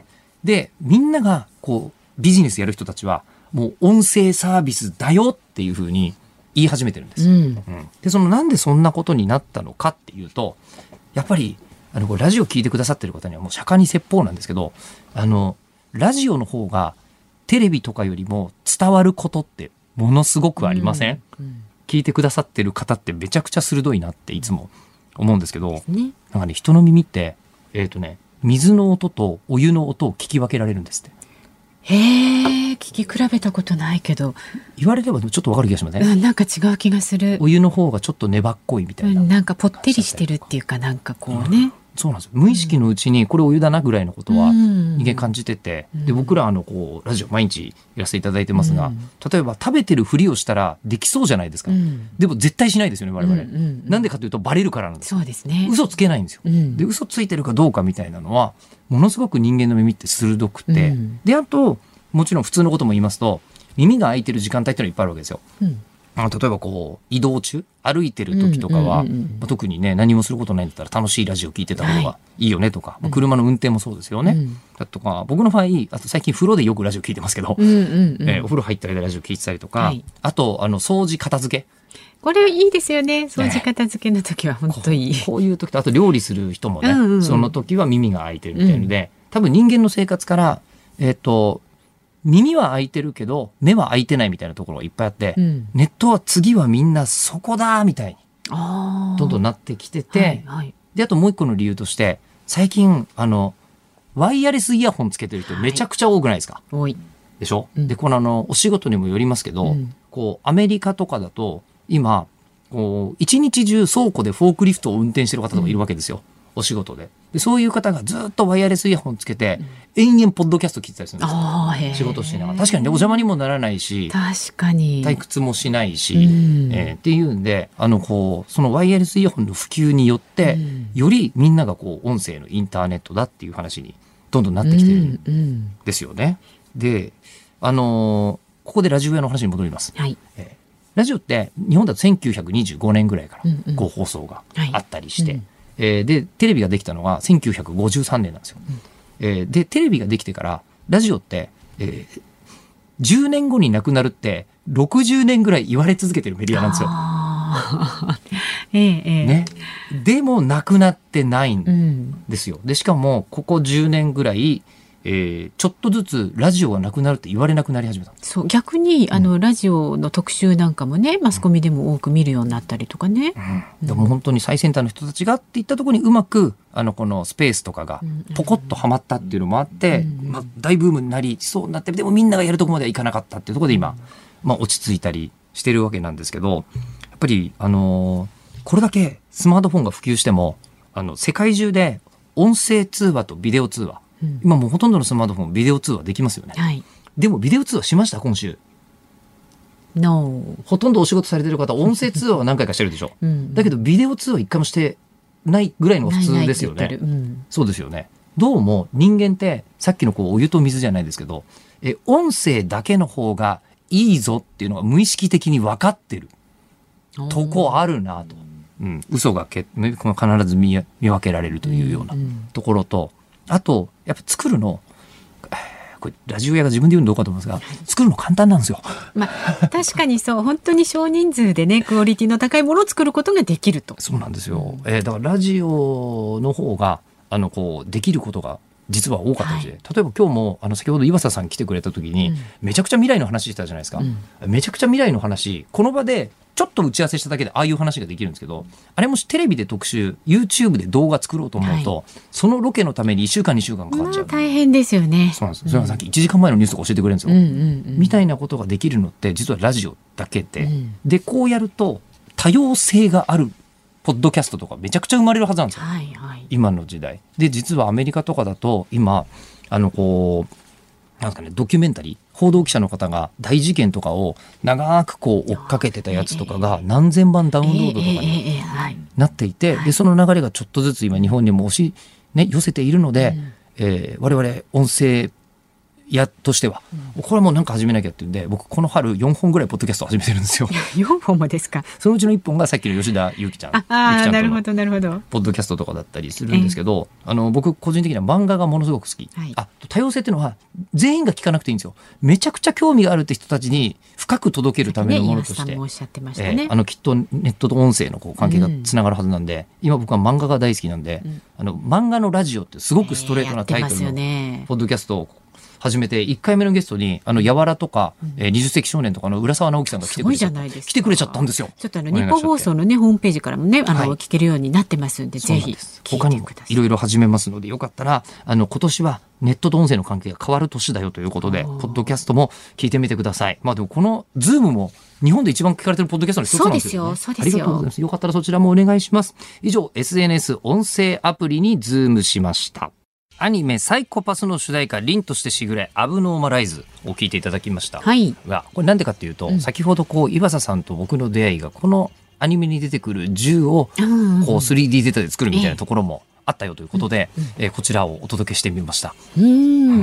でみんながこうビジネスやる人たちはもう音声サービスだよっていうふうに言い始めてるんです、 うんうん、でそのなんでそんなことになったのかっていうと、やっぱりあのこれラジオ聞いてくださってる方にはもう釈迦に説法なんですけど、あのラジオの方がテレビとかよりも伝わることってものすごくありません、うんうん、聞いてくださってる方ってめちゃくちゃ鋭いなっていつも思うんですけど、ね、なんかね人の耳ってえっとね水の音とお湯の音を聞き分けられるんですって。 へえ、聞き比べたことないけど言われればちょっとわかる気がしません、 うん、なんか違う気がする。 お湯の方がちょっと粘っこいみたいな、 うん、なんかぽってりしてるっていうかなんかこうね、うん、 そうなんですよ。無意識のうちにこれお湯だなぐらいのことは人間感じてて、うん、で僕らあのこうラジオ毎日やらせていただいてますが、うん、例えば食べてるふりをしたらできそうじゃないですか、うん、でも絶対しないですよね我々、うんうんうん、なんでかというとバレるからなんです。 そうですね、 嘘つけないんですよ、うん、で嘘ついてるかどうかみたいなのはものすごく人間の耳って鋭くて、うん、であともちろん普通のことも言いますと耳が開いてる時間帯っていうのはいっぱいあるわけですよ、うん、あの例えばこう移動中歩いてる時とかは、うんうんうんうんまあ、特にね何もすることないんだったら楽しいラジオ聞いてた方がいいよねとか、はいまあ、車の運転もそうですよね、うん、だとか僕の場合あと最近風呂でよくラジオ聞いてますけど、うんうんうんえー、お風呂入った間ラジオ聞いてたりとか、はい、あとあの掃除片付けこれいいですよね。掃除片付けの時は本当いい、 ね、こ, こういう時とあと料理する人もね、うんうん、その時は耳が開いてるみたいので、うん、多分人間の生活からえっ、ー、と耳は開いてるけど目は開いてないみたいなところがいっぱいあって、うん、ネットは次はみんなそこだみたいにどんどんなってきてて、はいはい、であともう一個の理由として最近あのワイヤレスイヤホンつけてる人めちゃくちゃ多くないですか、はい、でしょ、うん、でこのあのお仕事にもよりますけど、うん、こうアメリカとかだと今こう一日中倉庫でフォークリフトを運転してる方とかいるわけですよ、うんお仕事で。でそういう方がずっとワイヤレスイヤホンつけて、うん、延々ポッドキャスト聞いてたりするんですよ。あ仕事してながら確かにねお邪魔にもならないし確かに退屈もしないし、うんえー、っていうんであのこうそのワイヤレスイヤホンの普及によって、うん、よりみんながこう音声のインターネットだっていう話にどんどんなってきてるんですよね、うんうん、であのー、ここでラジオ屋の話に戻ります、はいえー、ラジオって日本だとせんきゅうひゃくにじゅうごねんぐらいからこう放送があったりして、うんうんはいえー、でテレビができたのがせんきゅうひゃくごじゅうさんねんなんですよ、うんえー、でテレビができてからラジオって、えー、じゅうねんごになくなるってろくじゅうねんぐらい言われ続けてるメディアなんですよ、えーえーね、でもなくなってないんですよ、うん、でしかもここじゅうねんぐらいえー、ちょっとずつラジオがなくなるって言われなくなり始めた。 そう逆にあの、うん、ラジオの特集なんかもねマスコミでも多く見るようになったりとかね、 うん、でも本当に最先端の人たちがっていったところにうまくあのこのスペースとかがポコッとはまったっていうのもあって、うんまあ、大ブームになりそうになってでもみんながやるところまではいかなかったっていうところで今、まあ、落ち着いたりしてるわけなんですけどやっぱり、あのー、これだけスマートフォンが普及してもあの世界中で音声通話とビデオ通話うん、今もうほとんどのスマートフォンビデオ通話できますよね、はい、でもビデオ通話しました今週 No ほとんどお仕事されてる方音声通話は何回かしてるでしょ、うん、だけどビデオ通話一回もしてないぐらいの普通ですよね、うん、そうですよね。どうも人間ってさっきのこうお湯と水じゃないですけどえ音声だけの方がいいぞっていうのが無意識的に分かってるとこあるなと、うん、嘘がけ必ず 見, 見分けられるというようなところと、うん、あとやっぱ作るのこれラジオ屋が自分で言うのどうかと思いますが作るの簡単なんですよ、 まあ、確かにそう本当に少人数でねクオリティの高いものを作ることができると。 そうなんですよ、えー、だからラジオの方があのこうできることが実は多かったりして、はい、例えば今日もあの先ほど岩佐さん来てくれた時に、うん、めちゃくちゃ未来の話してたじゃないですか、うん、めちゃくちゃ未来の話この場でちょっと打ち合わせしただけでああいう話ができるんですけどあれもしテレビで特集 YouTube で動画作ろうと思うと、はい、そのロケのためにいっしゅうかんにしゅうかんかかっちゃう、 まあ、大変ですよね。 そうなんです、うん、それはさっきいちじかんまえのニュースとか教えてくれるんですよ、うんうんうん、みたいなことができるのって実はラジオだけで、うん、でこうやると多様性があるポッドキャストとかめちゃくちゃ生まれるはずなんですよ、はいはい、今の時代で。実はアメリカとかだと今あのこうなんですかね、ドキュメンタリー報道記者の方が大事件とかを長くこう追っかけてたやつとかが何千万ダウンロードとかになっていて、でその流れがちょっとずつ今日本にも押し、ね、寄せているので、うんえー、我々音声やとしては、うん、これはもうなんか始めなきゃっていうんで、僕この春よんほんぐらいポッドキャストを始めてるんですよ。 よんほんもですか。 そのうちのいっぽんがさっきの吉田ゆきちゃん、 ああなるほどなるほど、 ポッドキャストとかだったりするんですけど、えー、あの僕個人的には漫画がものすごく好き、はい、あ多様性っていうのは全員が聞かなくていいんですよ。めちゃくちゃ興味があるって人たちに深く届けるためのものとして、ね、 おっしゃってましたね、 えー、あのきっとネットと音声のこう関係がつながるはずなんで、うん、今僕は漫画が大好きなんで、うん、あの漫画のラジオってすごくストレートなタイトルのポッドキャストを始めて、いっかいめのゲストにあのやわらとか、うんえー、にじゅっ世紀少年とかの浦沢直樹さんが来てくれちゃった来てくれちゃったんですよ。 ちょっとあの日本放送の、ね、ホームページからもねあの、はい、聞けるようになってますんで、ぜひ他にもいろいろ始めますので、よかったらあの今年はネットと音声の関係が変わる年だよということで、ポッドキャストも聞いてみてください。まあでもこのズームも日本で一番聞かれてるポッドキャストの一つなんですよね。 そうですよ、そうですよ。 ありがとうございます。よかったらそちらもお願いします。以上 エスエヌエス 音声アプリにズームしました。アニメサイコパスの主題歌凛としてしぐれアブノーマライズを聞いていただきました、 はい、 がこれなんでかっていうと、うん、先ほどこう岩佐さんと僕の出会いがこのアニメに出てくる銃をこう スリーディー データで作るみたいなところもあったよということで、えーうんえー、こちらをお届けしてみました。 うん、うん、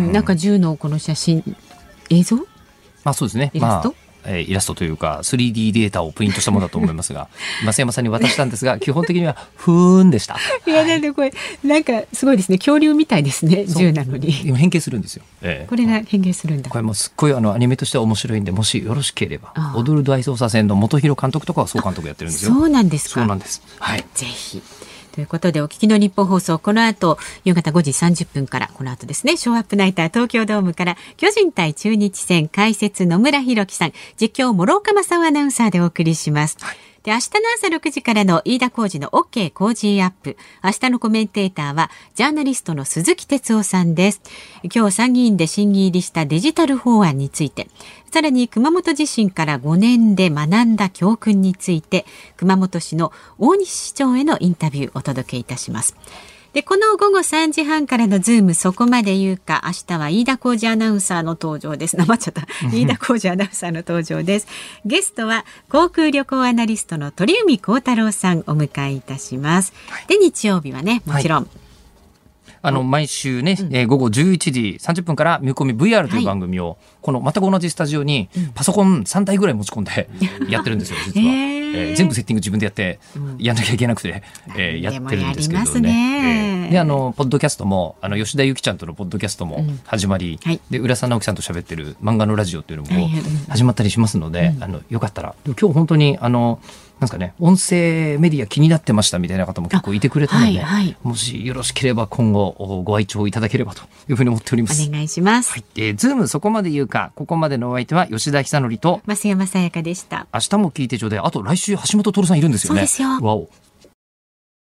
なんか銃のこの写真映像、 まあそうですね、 イラスト、まあえー、イラストというか スリーディー データをプリントしたものだと思いますが増山さんに渡したんですが基本的にはふーんでした。 いやなんでこれなんかすごいですね、恐竜みたいですね、銃なのに変形するんですよ、えー、 これが変形するんだ。 これもすっごいあのアニメとしては面白いんで、もしよろしければ踊る大捜査線の本広監督とかは総監督やってるんですよ。 そうなんですか。 そうなんです、はい、 ぜひということでお聞きの日本放送、この後夕方ごじさんじゅっぷんから、この後ですねショーアップナイター東京ドームから巨人対中日戦、解説野村弘樹さん、実況諸岡正夫アナウンサーでお送りします、はい。で明日の朝ろくじからの飯田浩司の OK 工事アップ、明日のコメンテーターはジャーナリストの鈴木哲夫さんです。今日参議院で審議入りしたデジタル法案について、さらに熊本地震からごねんで学んだ教訓について、熊本市の大西市長へのインタビューをお届けいたします。でこの午後さんじはんからのズームそこまで言うか、明日は飯田浩司アナウンサーの登場です。なまっちゃった飯田浩司アナウンサーの登場です。ゲストは航空旅行アナリストの鳥海高太郎さんお迎えいたします、はい、で日曜日はねもちろん、はい、 あの毎週ね、うんえー、午後じゅういちじさんじゅっぷんから見込み ブイアール という番組を、はい、この全く同じスタジオにパソコンさんだいぐらい持ち込んでやってるんですよ実は、えーえー、全部セッティング自分でやってやんなきゃいけなくて、うんえー、やってるんですけどね、えー、であのポッドキャストもあの吉田ゆきちゃんとのポッドキャストも始まり、うんはい、で浦沢直樹さんと喋ってる漫画のラジオっていうのも始まったりしますので、うん、あのよかったら今日本当にあのなんですかね、音声メディア気になってましたみたいな方も結構いてくれたので、はいはい、もしよろしければ今後ご愛聴いただければというふうに思っております。 お願いします、 はいえー、ズームそこまで言うか。ここまでのお相手は吉田久典と増山さやかでした。 明日も聞いてちょうだい。あと来週橋本徹さんいるんですよね。 そうですよ。 わお。